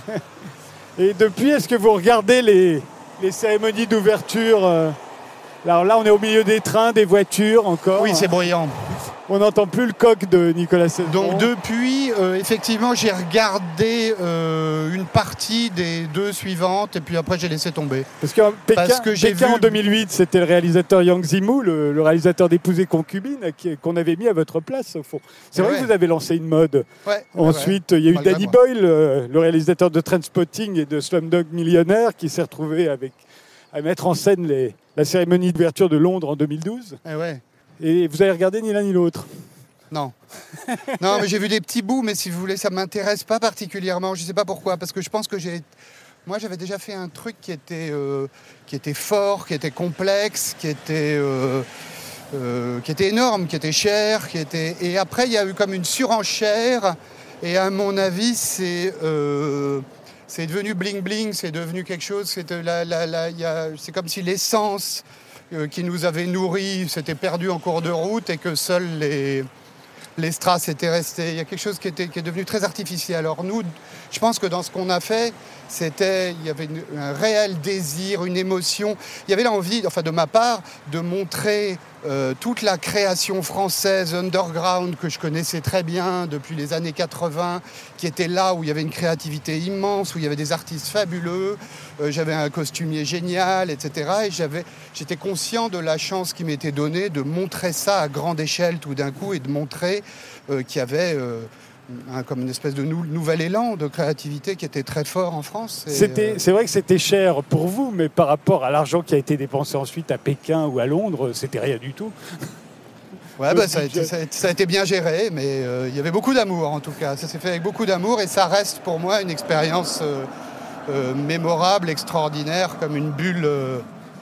Et depuis, est-ce que vous regardez les, les cérémonies d'ouverture euh... Alors là, on est au milieu des trains, des voitures encore. Oui, c'est bruyant. On n'entend plus le coq de Nicolas Cesbron. Donc depuis, euh, effectivement, j'ai regardé euh, une partie des deux suivantes et puis après j'ai laissé tomber. Parce que Pékin, Parce que j'ai Pékin vu- en deux mille huit, c'était le réalisateur Yang Zimu, le, le réalisateur d'Épouse et concubine, qui- qu'on avait mis à votre place au fond. C'est Ouais, vrai ouais. que vous avez lancé une mode. Ouais, Ensuite, ouais, il y a eu malgré Danny moi. Boyle, le, le réalisateur de Trainspotting et de Slumdog Millionnaire, qui s'est retrouvé avec, à mettre en scène les, la cérémonie d'ouverture de Londres en deux mille douze. Eh ouais. Et vous avez regardé ni l'un ni l'autre. Non. Non, mais j'ai vu des petits bouts, mais si vous voulez, ça ne m'intéresse pas particulièrement. Je ne sais pas pourquoi, parce que je pense que j'ai... Moi, j'avais déjà fait un truc qui était, euh, qui était fort, qui était complexe, qui était, euh, euh, qui était énorme, qui était cher. Qui était... Et après, il y a eu comme une surenchère. Et à mon avis, c'est... Euh, c'est devenu bling-bling, c'est devenu quelque chose... C'est, la, la, la, il y a, c'est comme si l'essence euh, qui nous avait nourris s'était perdue en cours de route et que seuls les... les strass étaient restés. Il y a quelque chose qui, était, qui est devenu très artificiel. Alors nous, je pense que dans ce qu'on a fait, c'était, il y avait une- un réel désir, une émotion. Il y avait l'envie, enfin de ma part, de montrer euh, toute la création française underground que je connaissais très bien depuis les années quatre-vingts, qui était là où il y avait une créativité immense, où il y avait des artistes fabuleux. Euh, j'avais un costumier génial, et cetera. Et j'avais, j'étais conscient de la chance qui m'était donnée de montrer ça à grande échelle tout d'un coup et de montrer euh, qu'il y avait euh, un, comme une espèce de nou- nouvel élan de créativité qui était très fort en France. Et, C'était, euh, c'est vrai que c'était cher pour vous, mais par rapport à l'argent qui a été dépensé ensuite à Pékin ou à Londres, c'était rien du tout. Ouais, bah, ça, a été, ça, a été, ça a été bien géré, mais euh, il y avait beaucoup d'amour en tout cas. Ça s'est fait avec beaucoup d'amour et ça reste pour moi une expérience euh, euh, mémorable, extraordinaire, comme une bulle. euh,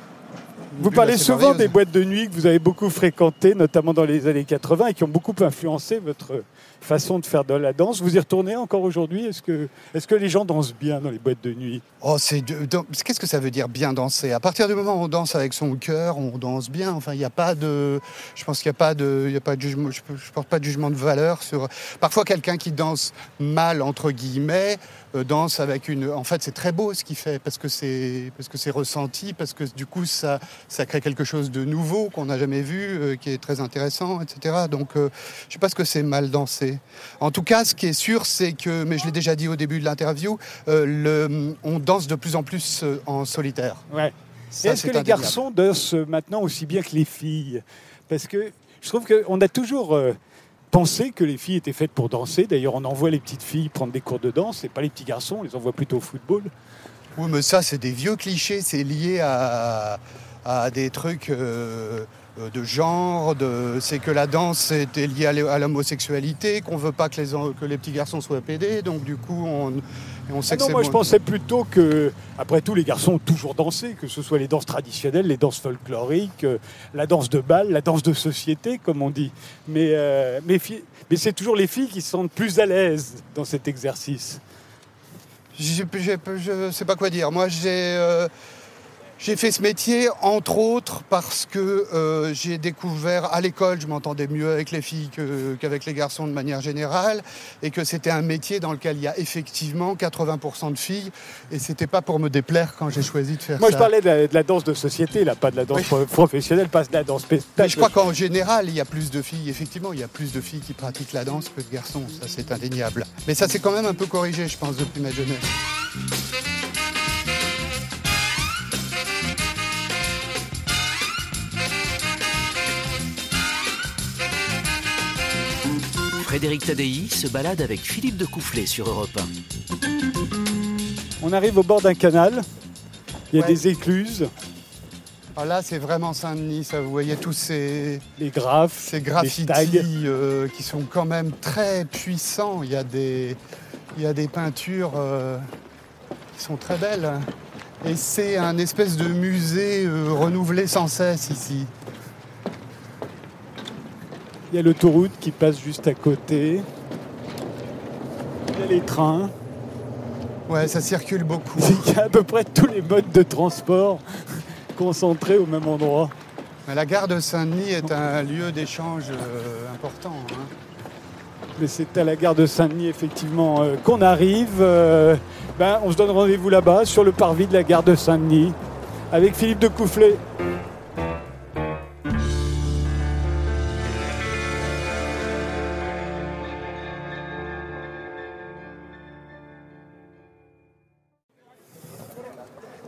une Vous bulle parlez assez souvent merveilleuse. des boîtes de nuit que vous avez beaucoup fréquentées, notamment dans les années quatre-vingts, et qui ont beaucoup influencé votre façon de faire de la danse. Vous y retournez encore aujourd'hui ? Est-ce que, est-ce que les gens dansent bien dans les boîtes de nuit ? Oh, c'est de- de- qu'est-ce que ça veut dire bien danser ? À partir du moment où on danse avec son cœur, on danse bien. Enfin, il n'y a pas de, je pense qu'il n'y a pas de, il y a pas de jugement. Je, je porte pas de jugement de valeur sur. Parfois, quelqu'un qui danse mal entre guillemets euh, danse avec une. En fait, c'est très beau ce qu'il fait parce que c'est parce que c'est ressenti, parce que du coup ça ça crée quelque chose de nouveau qu'on n'a jamais vu, euh, qui est très intéressant, et cetera. Donc, euh, je ne sais pas ce que c'est mal danser. En tout cas, ce qui est sûr, c'est que, mais je l'ai déjà dit au début de l'interview, euh, le, on danse de plus en plus euh, en solitaire. Ouais. Ça, Est-ce c'est que les indéniable. garçons dansent maintenant aussi bien que les filles ? Parce que je trouve qu'on a toujours euh, pensé que les filles étaient faites pour danser. D'ailleurs, on envoie les petites filles prendre des cours de danse, et pas les petits garçons, on les envoie plutôt au football. Oui, mais ça, c'est des vieux clichés. C'est lié à, à des trucs euh, de genre. De, c'est que la danse est liée à l'hé- à l'homosexualité, qu'on ne veut pas que les, en- que les petits garçons soient pédés. Donc, du coup, on, on sait Ah que non, c'est moi bon. je pensais plutôt que, après tout, les garçons ont toujours dansé, que ce soit les danses traditionnelles, les danses folkloriques, euh, la danse de bal, la danse de société, comme on dit. Mais, euh, mais, fi- mais c'est toujours les filles qui se sentent plus à l'aise dans cet exercice. J'ai- j'ai- Je ne sais pas quoi dire. Moi, j'ai euh, j'ai fait ce métier, entre autres, parce que euh, j'ai découvert à l'école, je m'entendais mieux avec les filles que- qu'avec les garçons de manière générale, et que c'était un métier dans lequel il y a effectivement quatre-vingts pour cent de filles, et c'était pas pour me déplaire quand j'ai choisi de faire Moi ça. je parlais de la, de la danse de société, là, pas de la danse Oui. pro- professionnelle, pas de la danse Mais spectacle. je crois qu'en général, il y a plus de filles, effectivement, il y a plus de filles qui pratiquent la danse que de garçons, ça c'est indéniable. Mais ça c'est quand même un peu corrigé, je pense, depuis ma jeunesse. Frédéric Tadei se balade avec Philippe de Coufflet sur Europe un. On arrive au bord d'un canal, il y a Ouais. des écluses, Alors là, c'est vraiment Saint-Denis, ça, vous voyez tous ces... les graphes, Ces les graffitis tags. euh, qui sont quand même très puissants. Il y a des, il y a des peintures euh, qui sont très belles. Et c'est un espèce de musée euh, renouvelé sans cesse ici. Il y a l'autoroute qui passe juste à côté, il y a les trains, Ouais, ça circule beaucoup. il y a à peu près tous les modes de transport concentrés au même endroit. La gare de Saint-Denis est un lieu d'échange euh, important. hein. Mais c'est à la gare de Saint-Denis, effectivement, euh, qu'on arrive. Euh, ben, on se donne rendez-vous là-bas, sur le parvis de la gare de Saint-Denis, avec Philippe de Coufflet.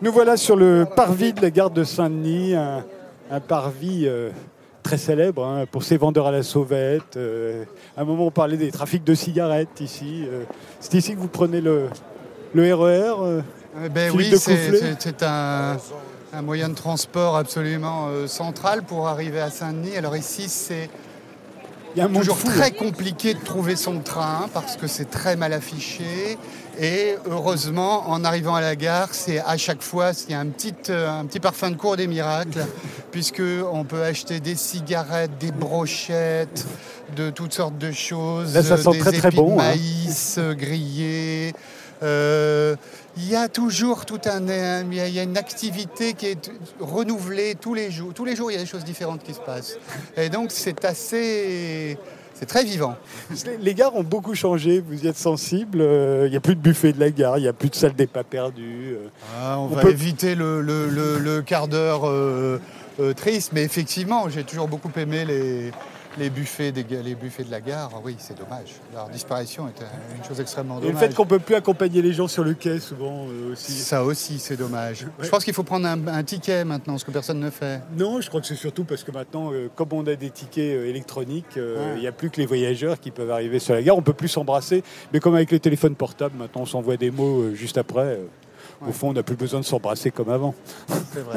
Nous voilà sur le parvis de la gare de Saint-Denis, un, un parvis euh, très célèbre hein, pour ses vendeurs à la sauvette. Euh, à un moment, on parlait des trafics de cigarettes ici. Euh, c'est ici que vous prenez le, le R E R euh, Eh ben Philippe oui, de c'est, Coufflet c'est, c'est un, un moyen de transport absolument euh, central pour arriver à Saint-Denis. Alors ici, c'est Il y a un monde toujours fou, très là. compliqué de trouver son train parce que c'est très mal affiché. Et heureusement, en arrivant à la gare, c'est à chaque fois, il y a un petit, euh, un petit parfum de cours des miracles, puisqu'on peut acheter des cigarettes, des brochettes, de toutes sortes de choses, Là, ça sent des très, très épis bon, de hein. maïs euh, grillés. Euh, Il y a toujours tout un, un- il y a, il y a une activité qui est renouvelée tous les jours. Tous les jours, il y a des choses différentes qui se passent. Et donc, c'est assez, c'est très vivant. Les gares ont beaucoup changé, vous y êtes sensible. Euh, Il n'y a plus de buffet de la gare, il n'y a plus de salle des pas perdus. euh. Ah, on, On va peut- éviter le, le- le- le quart d'heure euh, euh, triste, mais effectivement, j'ai toujours beaucoup aimé les, les, buffets des, ga- les buffets de la gare. Oui, c'est dommage. Leur disparition est euh, une chose extrêmement Et le dommage. fait qu'on ne peut plus accompagner les gens sur le quai, souvent euh, aussi. Ça aussi, c'est dommage. Ouais. Je pense qu'il faut prendre un, un ticket maintenant, ce que personne ne fait. Non, je crois que c'est surtout parce que maintenant, euh, comme on a des tickets euh, électroniques, euh, il Ouais. n'y a plus que les voyageurs qui peuvent arriver sur la gare. On ne peut plus s'embrasser. Mais comme avec les téléphones portables, maintenant on s'envoie des mots euh, juste après. euh, Au Ouais. fond, on n'a plus besoin de s'embrasser comme avant. C'est vrai.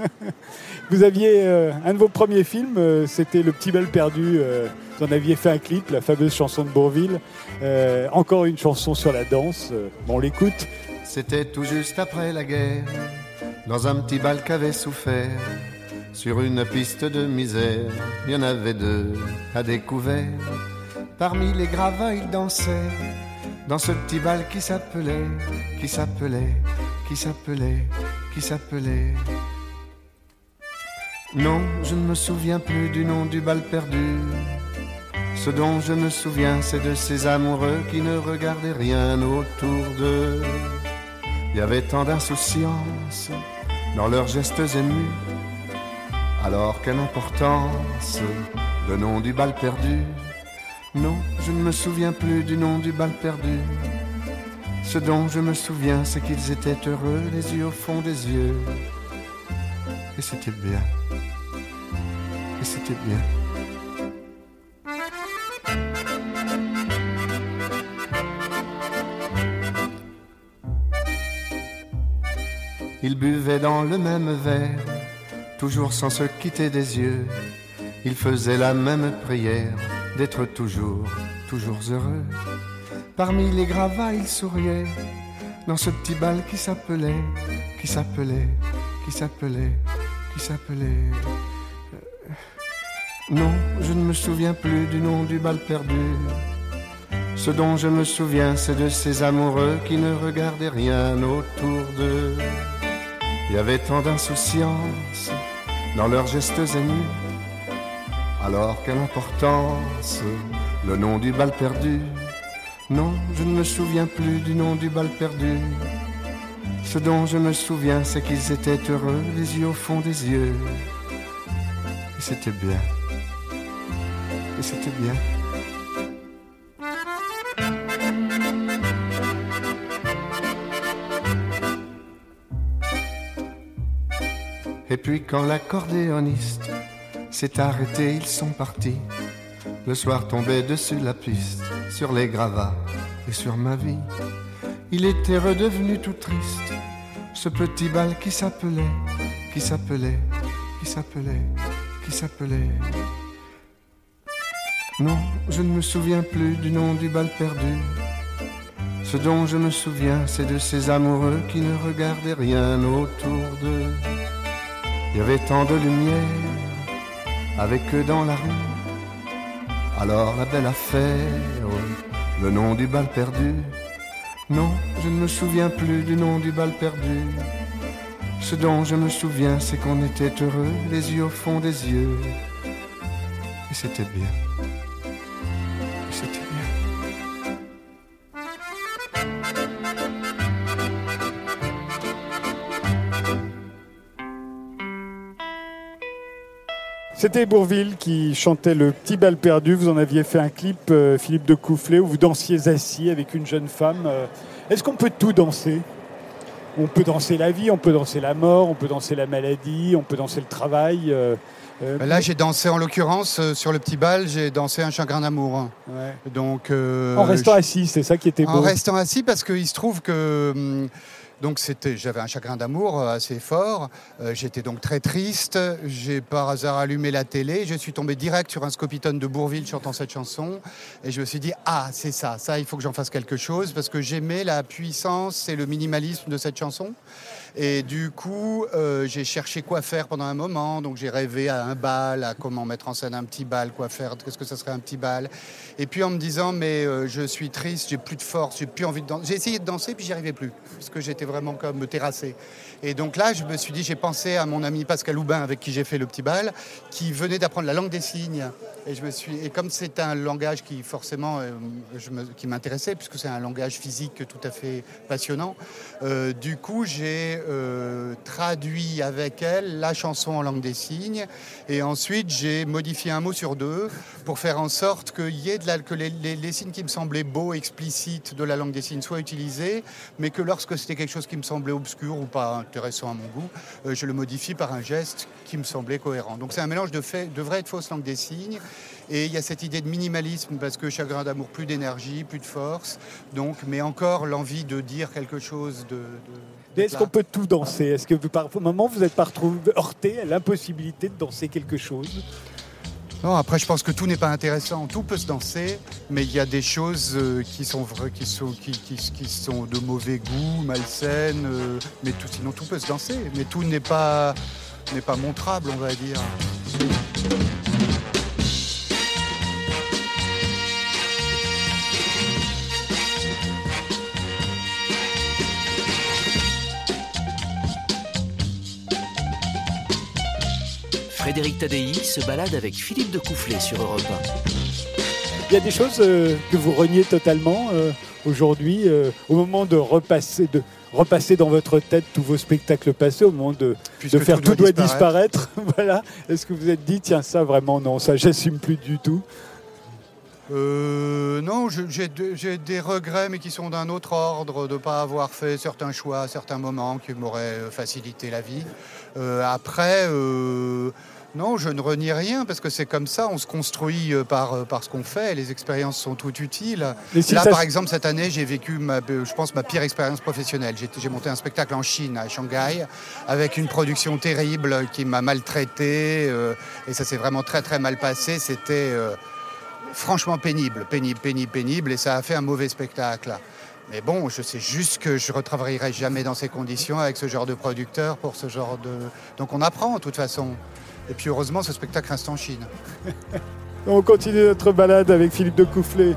Vous aviez euh, un de vos premiers films, euh, c'était Le Petit Bal Perdu. euh, vous en aviez fait un clip, la fameuse chanson de Bourvil. Euh, encore une chanson sur la danse. Euh, bon, on l'écoute. C'était tout juste après la guerre, dans un petit bal qu'avait souffert. Sur une piste de misère, il y en avait deux à découvert. Parmi les gravats, ils dansaient, dans ce petit bal qui s'appelait, qui s'appelait, qui s'appelait, qui s'appelait. Non, je ne me souviens plus du nom du bal perdu. Ce dont je me souviens, c'est de ces amoureux qui ne regardaient rien autour d'eux. Il y avait tant d'insouciance dans leurs gestes émus. Alors quelle importance, le nom du bal perdu. Non, je ne me souviens plus du nom du bal perdu. Ce dont je me souviens, c'est qu'ils étaient heureux, les yeux au fond des yeux. Et c'était bien. Et c'était bien. Ils buvaient dans le même verre, toujours sans se quitter des yeux. Ils faisaient la même prière, d'être toujours, toujours heureux. Parmi les gravats, ils souriaient, dans ce petit bal qui s'appelait, qui s'appelait, qui s'appelait, qui s'appelait... Euh, Non, je ne me souviens plus du nom du bal perdu. Ce dont je me souviens, c'est de ces amoureux qui ne regardaient rien autour d'eux. Il y avait tant d'insouciance dans leurs gestes émus. Alors quelle importance, le nom du bal perdu. Non, je ne me souviens plus du nom du bal perdu. Ce dont je me souviens, c'est qu'ils étaient heureux, les yeux au fond des yeux. Et c'était bien. Et c'était bien. Et puis quand l'accordéoniste s'est arrêté, ils sont partis. Le soir tombait dessus la piste, sur les gravats et sur ma vie. Il était redevenu tout triste, ce petit bal qui s'appelait, qui s'appelait, qui s'appelait, qui s'appelait. Non, je ne me souviens plus du nom du bal perdu. Ce dont je me souviens, c'est de ces amoureux qui ne regardaient rien autour d'eux. Il y avait tant de lumière avec eux dans la rue. Alors la belle affaire, le nom du bal perdu. Non, je ne me souviens plus du nom du bal perdu. Ce dont je me souviens, c'est qu'on était heureux, les yeux au fond des yeux. Et c'était bien. Et c'était bien. C'était Bourvil qui chantait Le Petit Bal Perdu. Vous en aviez fait un clip, euh, Philippe de Coufflet, où vous dansiez assis avec une jeune femme. Euh, Est-ce qu'on peut tout danser ? on peut danser la vie, on peut danser la mort, on peut danser la maladie, on peut danser le travail. Euh, euh, Là, j'ai dansé, en l'occurrence, euh, sur le petit bal, j'ai dansé un chagrin d'amour. Ouais. Donc, euh, en restant je... assis, c'est ça qui était beau. En restant assis, parce qu'il se trouve que... Hum, Donc c'était, j'avais un chagrin d'amour assez fort, euh, j'étais donc très triste, j'ai par hasard allumé la télé, je suis tombé direct sur un scopitone de Bourvil chantant cette chanson et je me suis dit « Ah, c'est ça, ça il faut que j'en fasse quelque chose » parce que j'aimais la puissance et le minimalisme de cette chanson. Et du coup, euh, j'ai cherché quoi faire pendant un moment. Donc j'ai rêvé à un bal, à comment mettre en scène un petit bal, quoi faire, qu'est-ce que ça serait un petit bal. Et puis en me disant, mais euh, je suis triste, j'ai plus de force, j'ai plus envie de danser. J'ai essayé de danser, puis j'y arrivais plus, parce que j'étais vraiment comme terrassé. Et donc là, je me suis dit, j'ai pensé à mon ami Pascal Houbin, avec qui j'ai fait le petit bal, qui venait d'apprendre la langue des signes. Et, je me suis... et comme c'est un langage qui forcément euh, je me... qui m'intéressait, puisque c'est un langage physique tout à fait passionnant, euh, du coup, j'ai euh, traduit avec elle la chanson en langue des signes. Et ensuite, j'ai modifié un mot sur deux pour faire en sorte qu'il y ait de la... que les, les, les signes qui me semblaient beaux, explicites de la langue des signes soient utilisés, mais que lorsque c'était quelque chose qui me semblait obscur ou pas intéressant à mon goût, euh, je le modifie par un geste qui me semblait cohérent. Donc c'est un mélange de, fait, de vraie et de fausse langue des signes. Et il y a cette idée de minimalisme, parce que chagrin d'amour, plus d'énergie, plus de force, donc, mais encore l'envie de dire quelque chose de... de, de Est-ce qu'on peut tout danser ? Est-ce que vous, par moment, vous n'êtes pas retrouvé heurté à l'impossibilité de danser quelque chose ? Non, après, je pense que tout n'est pas intéressant. Tout peut se danser, mais il y a des choses euh, qui, sont vraies, qui, sont, qui, qui, qui sont de mauvais goût, malsaines, euh, mais tout, sinon tout peut se danser. Mais tout n'est pas, n'est pas montrable, on va dire. Frédéric Tadei se balade avec Philippe de Coufflet sur Europe un. Il y a des choses euh, que vous reniez totalement euh, aujourd'hui, euh, au moment de repasser, de repasser dans votre tête tous vos spectacles passés, au moment de, de faire Tout doit disparaître. disparaître. Voilà. Est-ce que vous vous êtes dit, tiens, ça vraiment, non, ça, j'assume plus du tout ? Euh, non, je, j'ai, de, j'ai des regrets, mais qui sont d'un autre ordre, de ne pas avoir fait certains choix à certains moments qui m'auraient facilité la vie. Euh, après, euh, non, je ne renie rien, parce que c'est comme ça, on se construit par, par ce qu'on fait, les expériences sont toutes utiles. Si Là, par exemple, cette année, j'ai vécu, ma, je pense, ma pire expérience professionnelle. J'ai, j'ai monté un spectacle en Chine, à Shanghai, avec une production terrible qui m'a maltraité, euh, et ça s'est vraiment très, très mal passé. C'était... Euh, franchement pénible, pénible, pénible, pénible, et ça a fait un mauvais spectacle. Mais bon, je sais juste que je ne retravaillerai jamais dans ces conditions avec ce genre de producteur pour ce genre de... Donc on apprend, de toute façon. Et puis heureusement, ce spectacle reste en Chine. On continue notre balade avec Philippe de Coufflet.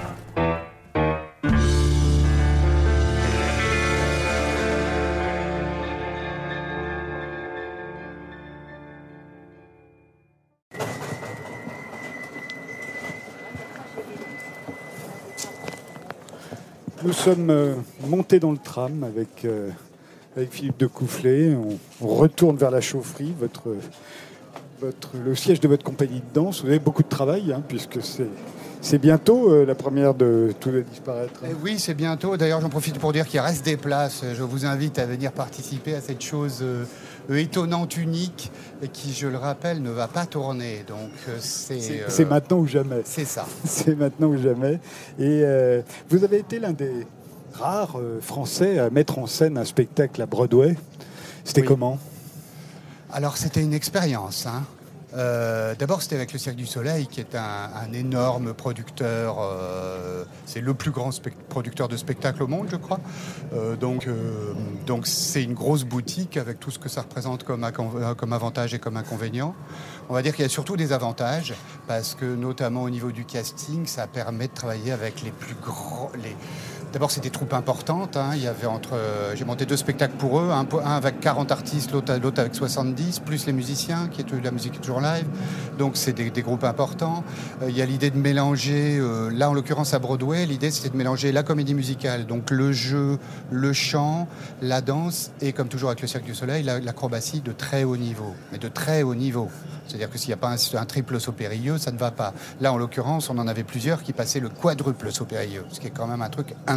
Nous sommes euh, montés dans le tram avec, euh, avec Philippe de Coufflet. On, on retourne vers la chaufferie, votre, votre, le siège de votre compagnie de danse. Vous avez beaucoup de travail, hein, puisque c'est, c'est bientôt euh, la première de Tout doit disparaître. Et oui, c'est bientôt. D'ailleurs, j'en profite pour dire qu'il reste des places. Je vous invite à venir participer à cette chose euh, étonnante, unique, et qui, je le rappelle, ne va pas tourner. Donc, euh, c'est, c'est, euh, c'est maintenant ou jamais. C'est ça. C'est maintenant ou jamais. Et euh, vous avez été l'un des rares euh, Français à mettre en scène un spectacle à Broadway. C'était oui. Comment ? Alors, c'était une expérience, hein. Euh, d'abord, c'était avec le Cirque du Soleil, qui est un, un énorme producteur. Euh, c'est le plus grand spect- producteur de spectacles au monde, je crois. Euh, donc, euh, donc, c'est une grosse boutique avec tout ce que ça représente comme, ac- comme avantage et comme inconvénient. On va dire qu'il y a surtout des avantages, parce que notamment au niveau du casting, ça permet de travailler avec les plus grands... Les... D'abord, c'est des troupes importantes. Hein. Il y avait entre, euh, j'ai monté deux spectacles pour eux, un, un avec quarante artistes, l'autre, l'autre avec soixante-dix, plus les musiciens, qui est la musique est toujours live. Donc, c'est des, des groupes importants. Euh, il y a l'idée de mélanger, euh, là en l'occurrence à Broadway, l'idée c'était de mélanger la comédie musicale, donc le jeu, le chant, la danse, et comme toujours avec le Cirque du Soleil, la, l'acrobatie de très haut niveau, mais de très haut niveau. C'est-à-dire que s'il n'y a pas un, un triple saut périlleux, ça ne va pas. Là, en l'occurrence, on en avait plusieurs qui passaient le quadruple saut périlleux, ce qui est quand même un truc insolite.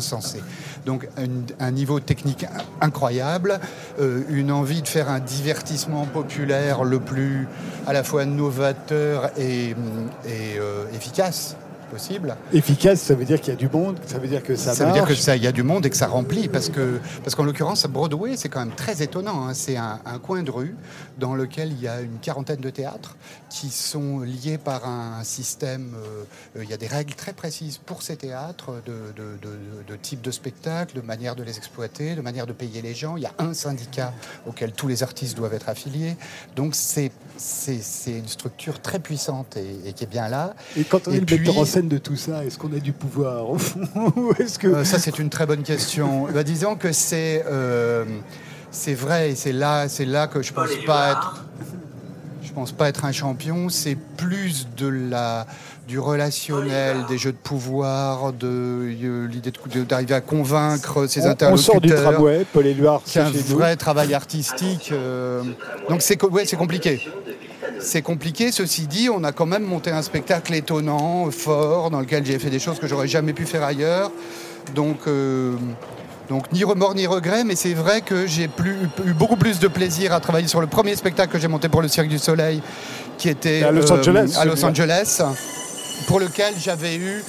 insensé. Donc un, un niveau technique incroyable, euh, une envie de faire un divertissement populaire le plus à la fois novateur et, et euh, efficace possible. Efficace, ça veut dire qu'il y a du monde, ça veut dire que ça, ça marche. veut dire que ça, il y a du monde et que ça remplit, parce que parce qu'en l'occurrence, Broadway, c'est quand même très étonnant. Hein. C'est un, un coin de rue dans lequel il y a une quarantaine de théâtres qui sont liés par un système. Euh, il y a des règles très précises pour ces théâtres de, de, de, de type de spectacle, de manière de les exploiter, de manière de payer les gens. Il y a un syndicat auquel tous les artistes doivent être affiliés. Donc c'est c'est, c'est une structure très puissante et, et qui est bien là. Et quand on et est le puis, metteur en scène de tout ça, est-ce qu'on a du pouvoir au fond? Est-ce que... euh, ça, c'est une très bonne question. Bah, disons que c'est, euh, c'est vrai, et c'est là, c'est là que je pense pas être, je pense pas être un champion. C'est plus de la, du relationnel, des jeux de pouvoir, de euh, l'idée de, d'arriver à convaincre ses on, interlocuteurs. On sort du tramway, Paul Éluard, c'est un chez vrai nous. travail artistique. Euh, donc c'est, ouais, c'est compliqué. C'est compliqué, ceci dit, on a quand même monté un spectacle étonnant, fort, dans lequel j'ai fait des choses que j'aurais jamais pu faire ailleurs. Donc, euh, donc ni remords ni regrets, mais c'est vrai que j'ai plus, eu beaucoup plus de plaisir à travailler sur le premier spectacle que j'ai monté pour le Cirque du Soleil, qui était à Los euh, Angeles, à Los Angeles, pour lequel j'avais eu,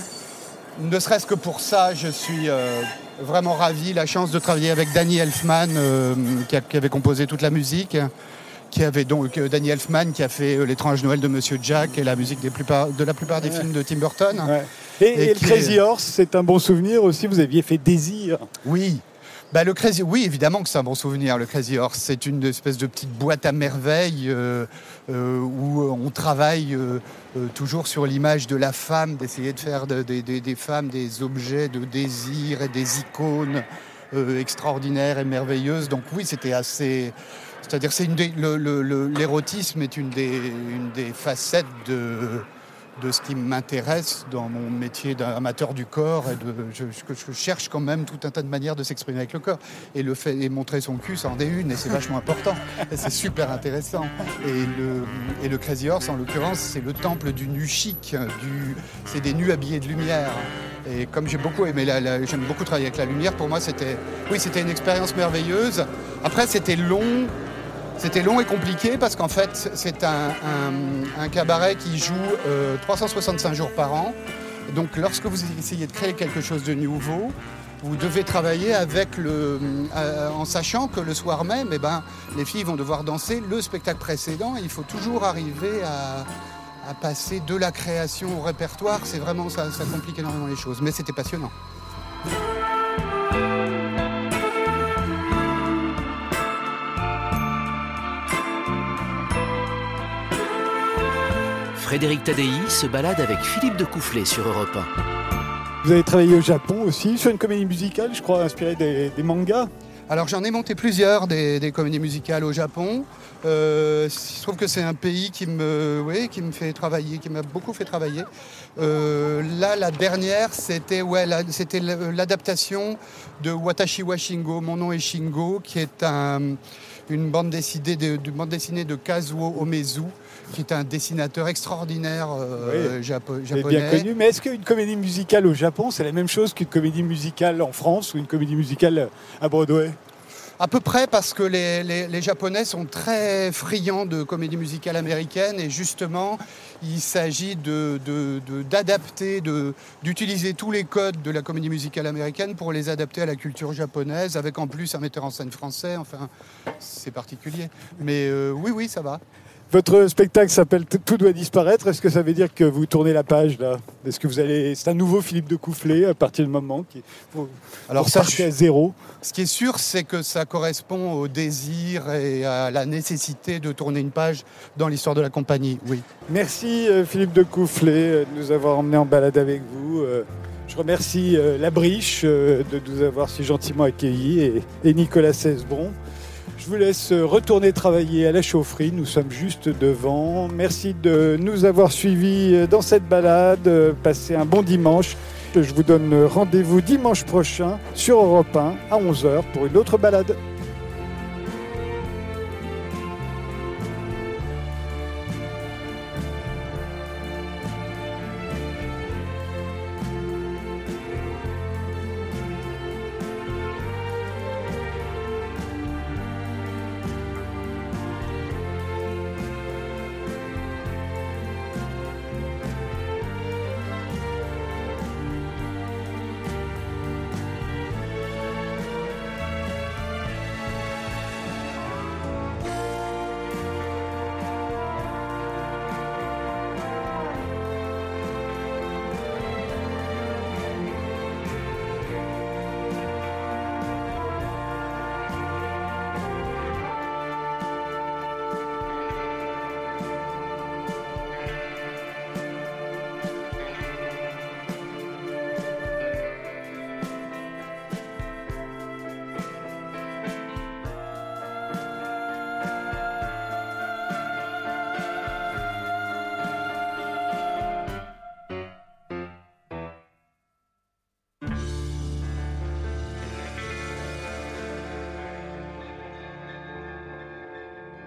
ne serait-ce que pour ça, je suis euh, vraiment ravi, la chance de travailler avec Danny Elfman, euh, qui, a, qui avait composé toute la musique. Qui avait donc euh, Danny Elfman qui a fait euh, L'étrange Noël de Monsieur Jack et la musique des plupart, de la plupart des ouais. films de Tim Burton. Ouais. Et, et, et le Crazy est... Horse, c'est un bon souvenir aussi. Vous aviez fait Désir. Oui. Bah, le Crazy... Oui, évidemment que c'est un bon souvenir. Le Crazy Horse, c'est une espèce de petite boîte à merveilles euh, euh, où on travaille euh, euh, toujours sur l'image de la femme, d'essayer de faire de, de, de, des femmes des objets de désir et des icônes euh, extraordinaires et merveilleuses. Donc oui, c'était assez... C'est-à-dire que c'est une des, le, le, le, l'érotisme est une des, une des facettes de, de ce qui m'intéresse dans mon métier d'amateur du corps. Et de, je, je cherche quand même tout un tas de manières de s'exprimer avec le corps. Et, le fait, et montrer son cul, ça en est une, et c'est vachement important. Et c'est super intéressant. Et le, et le Crazy Horse, en l'occurrence, c'est le temple du nu chic. Du, c'est des nus habillés de lumière. Et comme j'ai beaucoup aimé, la, la, j'aime beaucoup travailler avec la lumière, pour moi, c'était, oui, c'était une expérience merveilleuse. Après, c'était long. C'était long et compliqué parce qu'en fait, c'est un, un, un cabaret qui joue euh, trois cent soixante-cinq jours par an. Donc, lorsque vous essayez de créer quelque chose de nouveau, vous devez travailler avec le, euh, en sachant que le soir même, eh ben, les filles vont devoir danser le spectacle précédent. Et il faut toujours arriver à, à passer de la création au répertoire. C'est vraiment ça, ça complique énormément les choses. Mais c'était passionnant. Frédéric Tadei se balade avec Philippe de Coufflet sur Europe un. Vous avez travaillé au Japon aussi, sur une comédie musicale, je crois, inspirée des, des mangas. Alors j'en ai monté plusieurs, des, des comédies musicales au Japon. Euh, je trouve que c'est un pays qui me, oui, qui me fait travailler, qui m'a beaucoup fait travailler. Euh, là, la dernière, c'était, ouais, la, c'était l'adaptation de Watashi wa Shingo, Mon nom est Shingo, qui est un, une bande dessinée de, de, bande dessinée de Kazuo Omezu, qui est un dessinateur extraordinaire euh, oui, japo- japonais. Bien connu. Mais est-ce qu'une comédie musicale au Japon, c'est la même chose qu'une comédie musicale en France ou une comédie musicale à Broadway ? À peu près, parce que les, les, les Japonais sont très friands de comédie musicale américaine et justement, il s'agit de, de, de, d'adapter, de, d'utiliser tous les codes de la comédie musicale américaine pour les adapter à la culture japonaise, avec en plus un metteur en scène français. Enfin, c'est particulier. Mais euh, oui, oui, ça va. Votre spectacle s'appelle « Tout doit disparaître ». Est-ce que ça veut dire que vous tournez la page là ? Est-ce que vous allez... C'est un nouveau Philippe de Coufflet à partir du moment qui vous, Alors vous ça, partez à zéro. Ce qui est sûr, c'est que ça correspond au désir et à la nécessité de tourner une page dans l'histoire de la compagnie, oui. Merci Philippe de Coufflet de nous avoir emmenés en balade avec vous. Je remercie La Briche de nous avoir si gentiment accueillis et, et Nicolas Cesbron. Je vous laisse retourner travailler à la chaufferie, nous sommes juste devant. Merci de nous avoir suivis dans cette balade, passez un bon dimanche. Je vous donne rendez-vous dimanche prochain sur Europe un à onze heures pour une autre balade.